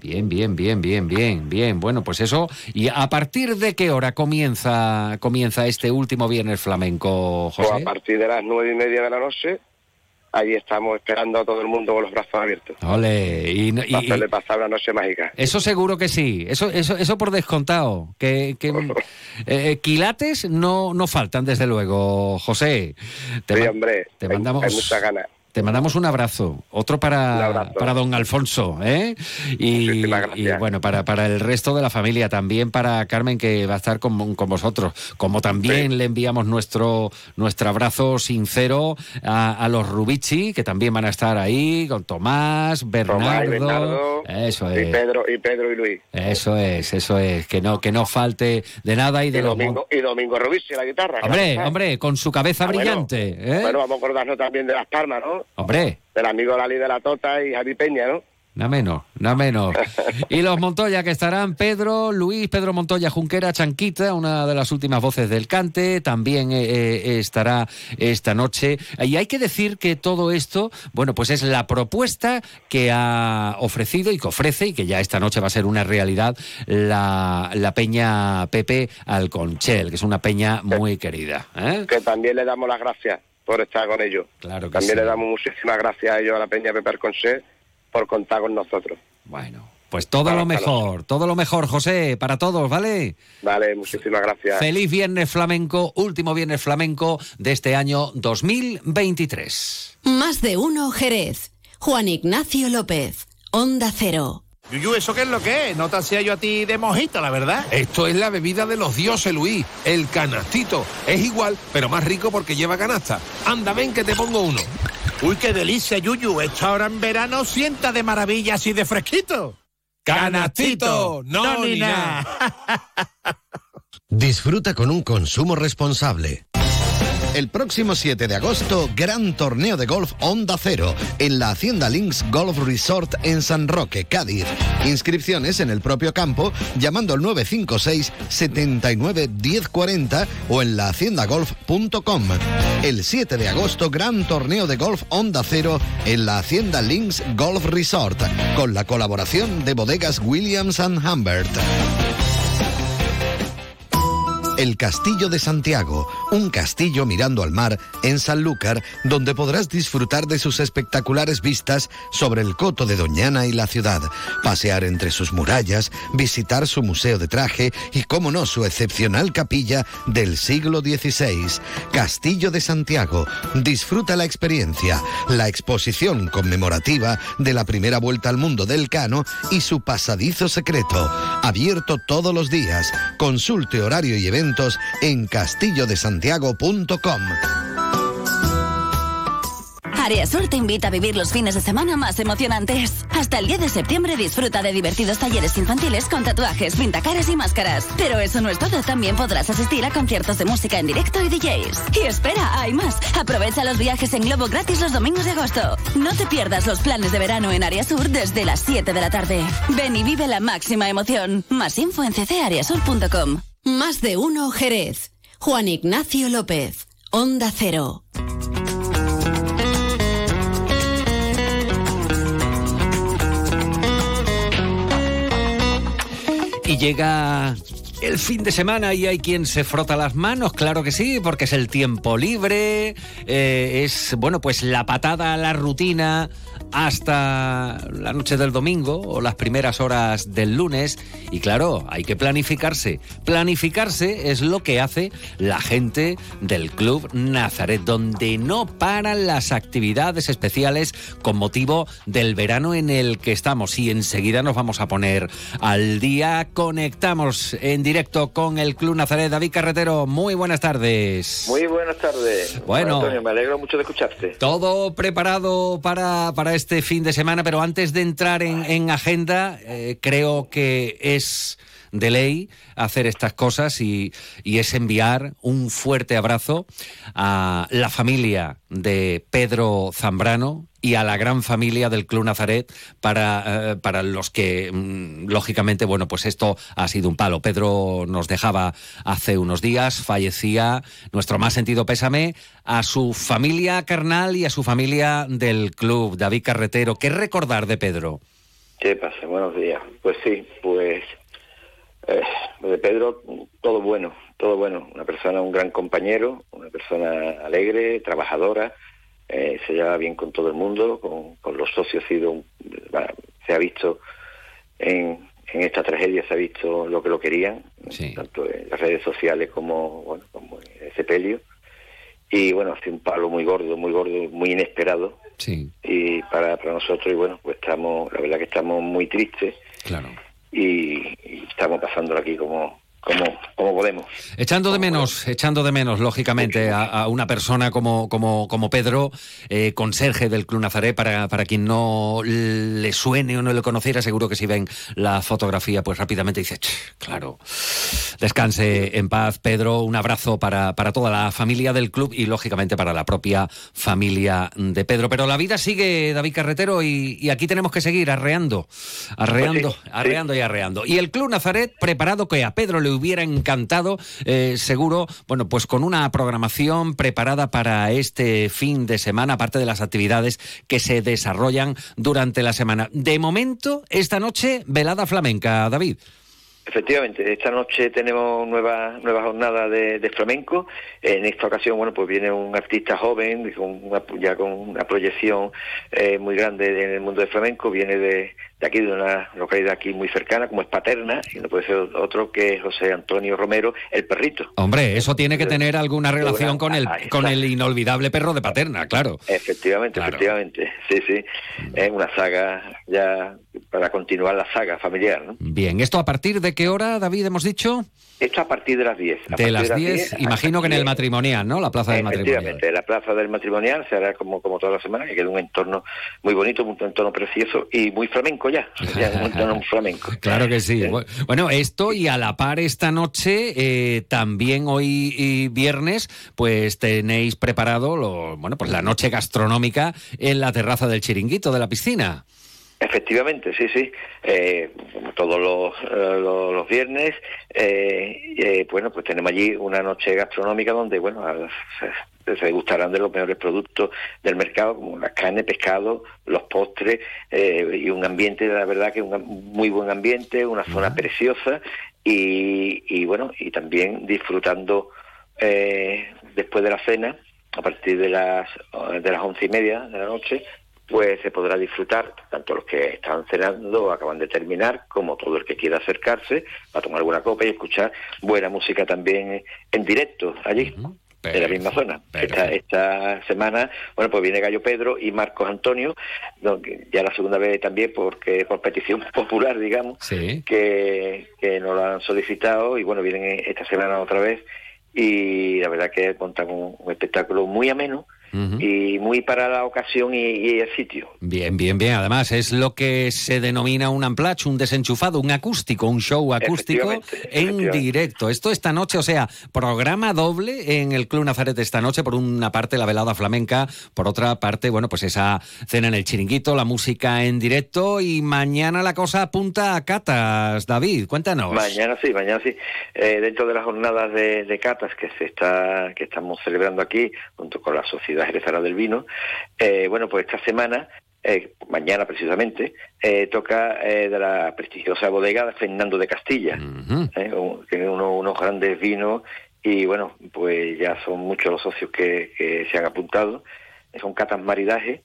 Bien. Bueno, pues eso. ¿Y a partir de qué hora comienza este último viernes flamenco, José? Pues a partir de las 9:30 de la noche, ahí estamos esperando a todo el mundo con los brazos abiertos. Ole, y hacerle pasar una noche mágica. Eso seguro que sí, eso por descontado. Que quilates no faltan, desde luego, José. Hombre, te mandamos, hay muchas ganas. Te mandamos un abrazo, otro para don Alfonso, ¿eh? Y bueno, para el resto de la familia, también para Carmen, que va a estar con vosotros. Como también le enviamos nuestro abrazo sincero a los Rubici, que también van a estar ahí, con Tomás, Bernardo. Eso es. Y Pedro y Luis. Eso es, que no falte de nada. Y Domingo Rubici, la guitarra. Hombre, con su cabeza brillante. Bueno, vamos a acordarnos también de Las Palmas, ¿no? Hombre. Del amigo Lali de la Tota y Javi Peña, ¿no? Nada menos. Y los Montoya, que estarán Pedro Montoya Junquera, Chanquita, una de las últimas voces del cante, también estará esta noche. Y hay que decir que todo esto, bueno, pues es la propuesta que ha ofrecido y que ofrece, y que ya esta noche va a ser una realidad, la Peña Pepe Alconchel, que es una peña muy querida, ¿eh? Que también le damos las gracias por estar con ellos. Claro que también sí. Le damos muchísimas gracias a ellos, a la Peña Pepe Alconchel, por contar con nosotros. Bueno, pues todo lo mejor, José, para todos, ¿vale? Vale, muchísimas gracias. Feliz viernes flamenco, último viernes flamenco de este año 2023. Más de uno Jerez. Juan Ignacio López, Onda Cero. Yuyu, ¿eso qué es lo que es? No te hacía yo a ti de mojito, la verdad. Esto es la bebida de los dioses, Luis, el canastito. Es igual, pero más rico porque lleva canasta. Anda, ven que te pongo uno. Uy, qué delicia, Yuyu. Esto ahora en verano sienta de maravilla así de fresquito. ¡Canastito! No, ni nada. Disfruta con un consumo responsable. El próximo 7 de agosto, gran torneo de golf Onda Cero en la Hacienda Links Golf Resort en San Roque, Cádiz. Inscripciones en el propio campo llamando al 956 79 1040 o en lahaciendagolf.com. El 7 de agosto, gran torneo de golf Onda Cero en la Hacienda Links Golf Resort con la colaboración de bodegas Williams & Humbert. El Castillo de Santiago, un castillo mirando al mar en Sanlúcar, donde podrás disfrutar de sus espectaculares vistas sobre el coto de Doñana y la ciudad, pasear entre sus murallas, visitar su museo de traje y, cómo no, su excepcional capilla del siglo XVI. Castillo de Santiago, disfruta la experiencia, la exposición conmemorativa de la primera vuelta al mundo del Cano y su pasadizo secreto, abierto todos los días. Consulte horario y eventos en castillodesantiago.com. Areasur te invita a vivir los fines de semana más emocionantes. Hasta el 10 de septiembre disfruta de divertidos talleres infantiles con tatuajes, pintacaras y máscaras. Pero eso no es todo, también podrás asistir a conciertos de música en directo y DJs. Y espera, hay más. Aprovecha los viajes en globo gratis los domingos de agosto. No te pierdas los planes de verano en Areasur desde las 7 de la tarde. Ven y vive la máxima emoción. Más info en ccareasur.com. Más de uno Jerez. Juan Ignacio López, Onda Cero. Y llega el fin de semana y hay quien se frota las manos, claro que sí, porque es el tiempo libre, es, bueno, pues la patada a la rutina hasta la noche del domingo o las primeras horas del lunes. Y claro, hay que planificarse. Planificarse es lo que hace la gente del Club Nazaret, donde no paran las actividades especiales con motivo del verano en el que estamos. Y enseguida nos vamos a poner al día. Conectamos en directo con el Club Nazaret. David Carretero, muy buenas tardes. Muy buenas tardes. Bueno, Antonio, me alegro mucho de escucharte. Todo preparado para este fin de semana, pero antes de entrar en agenda, creo que es de ley hacer estas cosas y es enviar un fuerte abrazo a la familia de Pedro Zambrano y a la gran familia del Club Nazaret, para los que, lógicamente, bueno, pues esto ha sido un palo. Pedro nos dejaba hace unos días, fallecía, nuestro más sentido pésame a su familia carnal y a su familia del club. David Carretero, ¿qué recordar de Pedro? ¿Qué pasa? Buenos días. Pues sí, de Pedro todo bueno. Una persona, un gran compañero, una persona alegre, trabajadora, se lleva bien con todo el mundo, con los socios se ha visto en esta tragedia, se ha visto lo que lo querían, tanto en las redes sociales como en el sepelio. Y bueno, hace un palo muy gordo, muy inesperado. Sí. Y para nosotros, y bueno, pues la verdad que estamos muy tristes. Claro. Y estamos pasándolo aquí como podemos. Echando de menos, lógicamente, a una persona como Pedro, conserje del Club Nazaret. Para quien no le suene o no le conociera, seguro que si ven la fotografía, pues rápidamente dice, claro, descanse en paz, Pedro. Un abrazo para toda la familia del club y, lógicamente, para la propia familia de Pedro. Pero la vida sigue, David Carretero, y aquí tenemos que seguir arreando. Y el Club Nazaret, preparado, que a Pedro le hubiera encantado, seguro, bueno, pues con una programación preparada para este fin de semana, aparte de las actividades que se desarrollan durante la semana. De momento, esta noche, velada flamenca, David. Efectivamente, esta noche tenemos nueva jornada de flamenco. En esta ocasión, bueno, pues viene un artista joven, ya con una proyección muy grande en el mundo del flamenco. Viene de aquí, de una localidad aquí muy cercana, como es Paterna, y no puede ser otro que José Antonio Romero, el perrito. Hombre, eso tiene que tener alguna relación con el inolvidable perro de Paterna, claro. Efectivamente. Sí. Es una saga ya para continuar la saga familiar, ¿no? Bien, ¿esto a partir de qué hora, David, hemos dicho? Esto a partir de las 10. De las 10, imagino que en el Matrimonial, ¿no? La plaza del Matrimonial. Efectivamente, la plaza del Matrimonial se hará como toda la semana, que queda un entorno muy bonito, un entorno precioso y muy flamenco ya un entorno muy flamenco. Claro que sí. Bueno, esto y a la par esta noche, también hoy y viernes, pues tenéis preparado pues la noche gastronómica en la terraza del Chiringuito de la piscina. Efectivamente, sí. Como todos los viernes, bueno, pues tenemos allí una noche gastronómica donde, bueno, se degustarán de los mejores productos del mercado, como las carnes, pescado, los postres, y un ambiente, la verdad que un muy buen ambiente, una zona preciosa, y bueno, y también disfrutando después de la cena, a partir de las 11:30 de la noche, pues se podrá disfrutar, tanto los que están cenando o acaban de terminar, como todo el que quiera acercarse a tomar alguna copa y escuchar buena música también en directo allí, en la misma zona. Esta semana, bueno, pues viene Gallo Pedro y Marcos Antonio, ya la segunda vez también, porque por petición popular, digamos, que nos lo han solicitado, y bueno, vienen esta semana otra vez, y la verdad que contan con un espectáculo muy ameno, y muy para la ocasión y el sitio. Bien. Además, es lo que se denomina un unplugged, un desenchufado, un acústico, un show acústico en directo. Esto esta noche, o sea, programa doble en el Club Nazaret esta noche. Por una parte, la velada flamenca, por otra parte, bueno, pues esa cena en el Chiringuito, la música en directo, y mañana la cosa apunta a catas. David, cuéntanos. Mañana sí. Dentro de las jornadas de catas que estamos celebrando aquí, junto con la Sociedad Jerezana del Vino, bueno, pues esta semana, mañana precisamente, toca de la prestigiosa bodega de Fernando de Castilla, tiene unos grandes vinos, y bueno, pues ya son muchos los socios que se han apuntado. Son catas maridaje,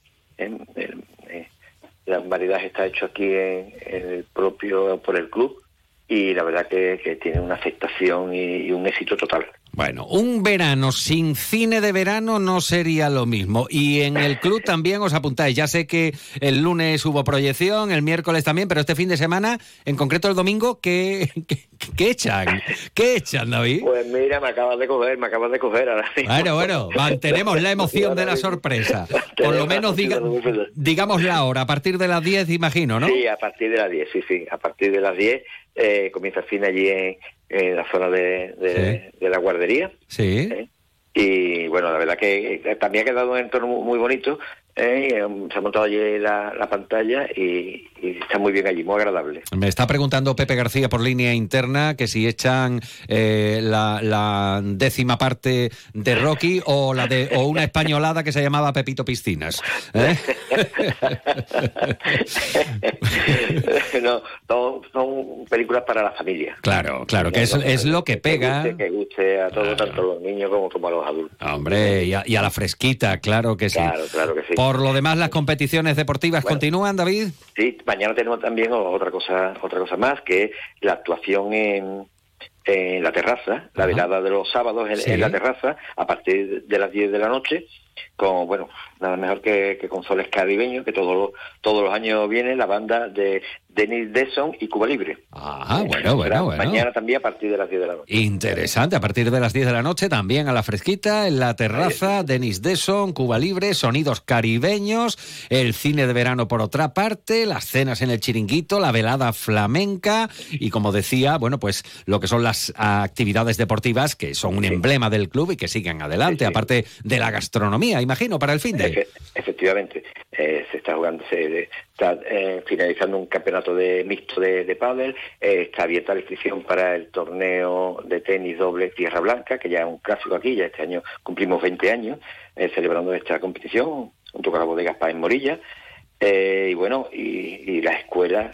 el maridaje está hecho aquí por el club, y la verdad que tiene una aceptación y un éxito total. Bueno, un verano sin cine de verano no sería lo mismo. Y en el club también os apuntáis. Ya sé que el lunes hubo proyección, el miércoles también, pero este fin de semana, en concreto el domingo, ¿qué echan? ¿Qué echan, David? Pues mira, me acabas de coger ahora mismo. Bueno, mantenemos la emoción de la sorpresa. Por lo menos digamos la hora, a partir de las 10, imagino, ¿no? Sí, a partir de las 10, sí. A partir de las 10 comienza el cine allí en la zona de la guardería. Sí. Y bueno, la verdad que también ha quedado un entorno muy bonito. Se ha montado allí la pantalla y está muy bien allí, muy agradable. Me está preguntando Pepe García por línea interna que si echan la 10ª parte de Rocky o una españolada que se llamaba Pepito Piscinas. No, son películas para la familia. Claro, que es lo que pega. Que guste a todos, tanto a los niños como a los adultos. Hombre, y a la fresquita, claro que sí. Claro que sí. Por lo demás, las competiciones deportivas continúan, David. Sí, mañana tenemos también otra cosa más, que es la actuación en la terraza, la velada de los sábados en la terraza, a partir de las 10 de la noche, con, bueno, nada mejor que con Soles Caribeños, que todos los años viene la banda de Denis Deson y Cuba Libre. Bueno. Mañana también a partir de las 10 de la noche. Interesante, a partir de las 10 de la noche también a la fresquita, en la terraza, Denis Deson, Cuba Libre, sonidos caribeños, el cine de verano por otra parte, las cenas en el chiringuito, la velada flamenca y, como decía, bueno, pues lo que son las actividades deportivas que son un emblema del club y que siguen adelante, aparte de la gastronomía, imagino, para el fin de... Efectivamente, se está jugando, está finalizando un campeonato mixto de pádel, está abierta la inscripción para el torneo de tenis doble Tierra Blanca, que ya es un clásico aquí, ya este año cumplimos 20 años celebrando esta competición, junto con la bodega Spa en Morilla, y bueno, y la escuela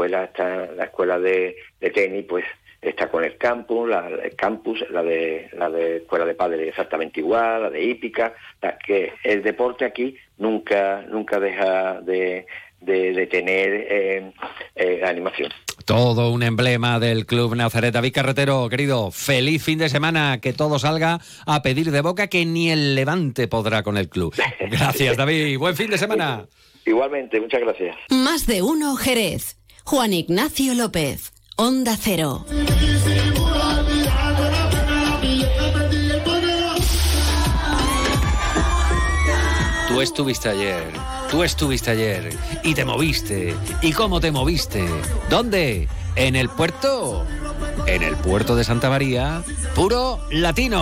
de tenis, pues está con el campus, la de escuela de padres exactamente igual, la de hípica, que el deporte aquí nunca deja de tener animación. Todo un emblema del Club Nazaret. David Carretero, querido, feliz fin de semana, que todo salga a pedir de boca, que ni el Levante podrá con el club. Gracias, David, buen fin de semana. Igualmente, muchas gracias. Más de uno Jerez. Juan Ignacio López, Onda Cero. Tú estuviste ayer y te moviste. ¿Y cómo te moviste? ¿Dónde? ¿En el puerto? En el puerto de Santa María, puro latino.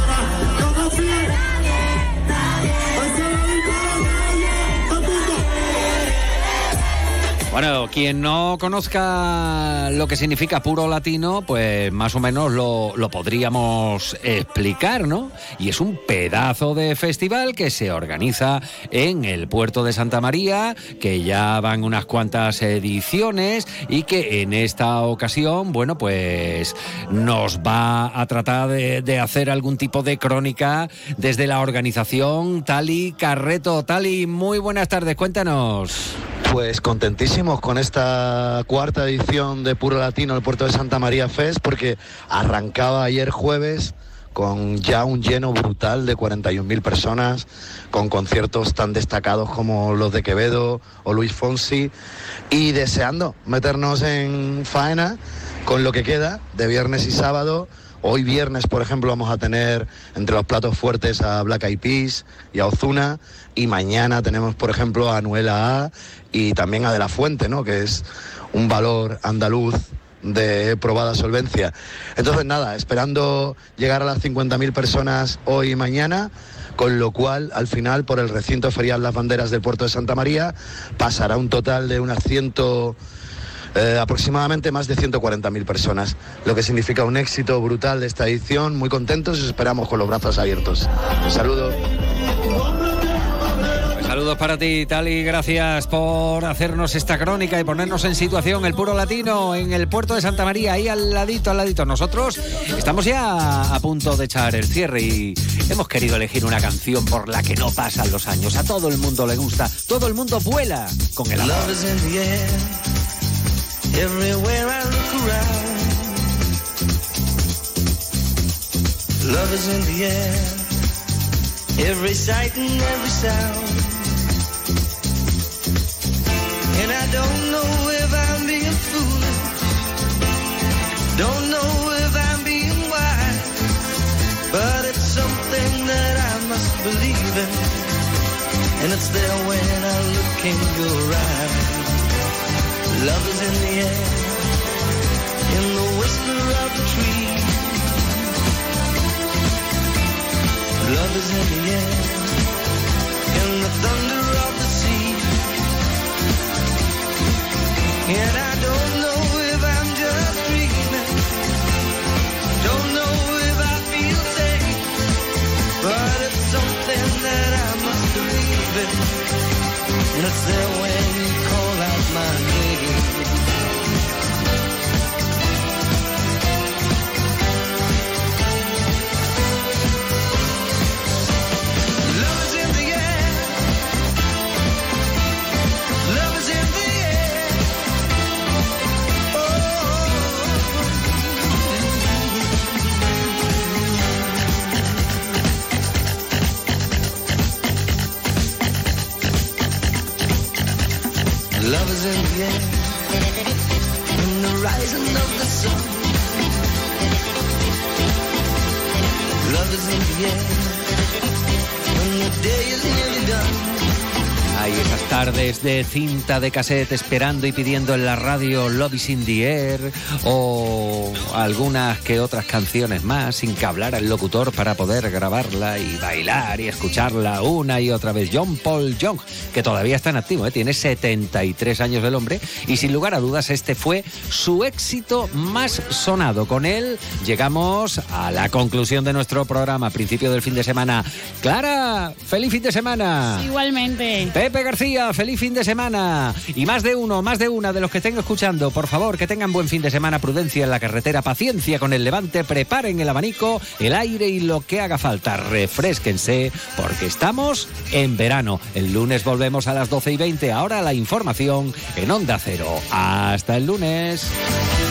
Bueno, quien no conozca lo que significa puro latino, pues más o menos lo podríamos explicar, ¿no? Y es un pedazo de festival que se organiza en el puerto de Santa María, que ya van unas cuantas ediciones y que en esta ocasión, bueno, pues nos va a tratar de hacer algún tipo de crónica desde la organización Tali Carreto. Tali, muy buenas tardes, cuéntanos. Pues contentísimos con esta 4ª edición de Puro Latino el Puerto de Santa María Fest, porque arrancaba ayer jueves con ya un lleno brutal de 41.000 personas, con conciertos tan destacados como los de Quevedo o Luis Fonsi, y deseando meternos en faena con lo que queda de viernes y sábado. Hoy viernes, por ejemplo, vamos a tener entre los platos fuertes a Black Eyed Peas y a Ozuna, y mañana tenemos, por ejemplo, a Anuela A y también a De La Fuente, ¿no?, que es un valor andaluz de probada solvencia. Entonces, nada, esperando llegar a las 50.000 personas hoy y mañana, con lo cual, al final, por el recinto ferial Las Banderas del Puerto de Santa María, pasará un total de unas aproximadamente más de 140.000 personas, lo que significa un éxito brutal de esta edición. Muy contentos y os esperamos con los brazos abiertos. Un saludo. Saludos para ti, Tali, gracias por hacernos esta crónica y ponernos en situación. El Puro Latino en el puerto de Santa María, ahí al ladito. Nosotros estamos ya a punto de echar el cierre y hemos querido elegir una canción por la que no pasan los años. A todo el mundo le gusta, todo el mundo vuela con el amor. Everywhere I look around, love is in the air, every sight and every sound. And I don't know if I'm being foolish, don't know if I'm being wise, but it's something that I must believe in, and it's there when I look in your eyes. Love is in the air, in the whisper of the tree. Love is in the air, in the thunder of the sea. And I don't know if I'm just dreaming, don't know if I feel safe, but it's something that I must believe in, and it's there when you call out my name. Love is in the air, love is in the air. Love is in the air, from the rising of the sun. Love is in the air, when the day is nearly done. Hay esas tardes de cinta de cassette esperando y pidiendo en la radio Love is in the air o algunas que otras canciones más sin que hablara el locutor para poder grabarla y bailar y escucharla una y otra vez. John Paul Young, que todavía está en activo, tiene 73 años el hombre y sin lugar a dudas este fue su éxito más sonado. Con él llegamos a la conclusión de nuestro programa, principio del fin de semana. Clara, feliz fin de semana. Igualmente. Pepe García, feliz fin de semana. Y más de uno, más de una de los que estén escuchando, por favor, que tengan buen fin de semana, prudencia en la carretera, paciencia con el levante, preparen el abanico, el aire y lo que haga falta. Refrésquense, porque estamos en verano. El lunes volvemos a las 12:20. Ahora la información en Onda Cero. Hasta el lunes.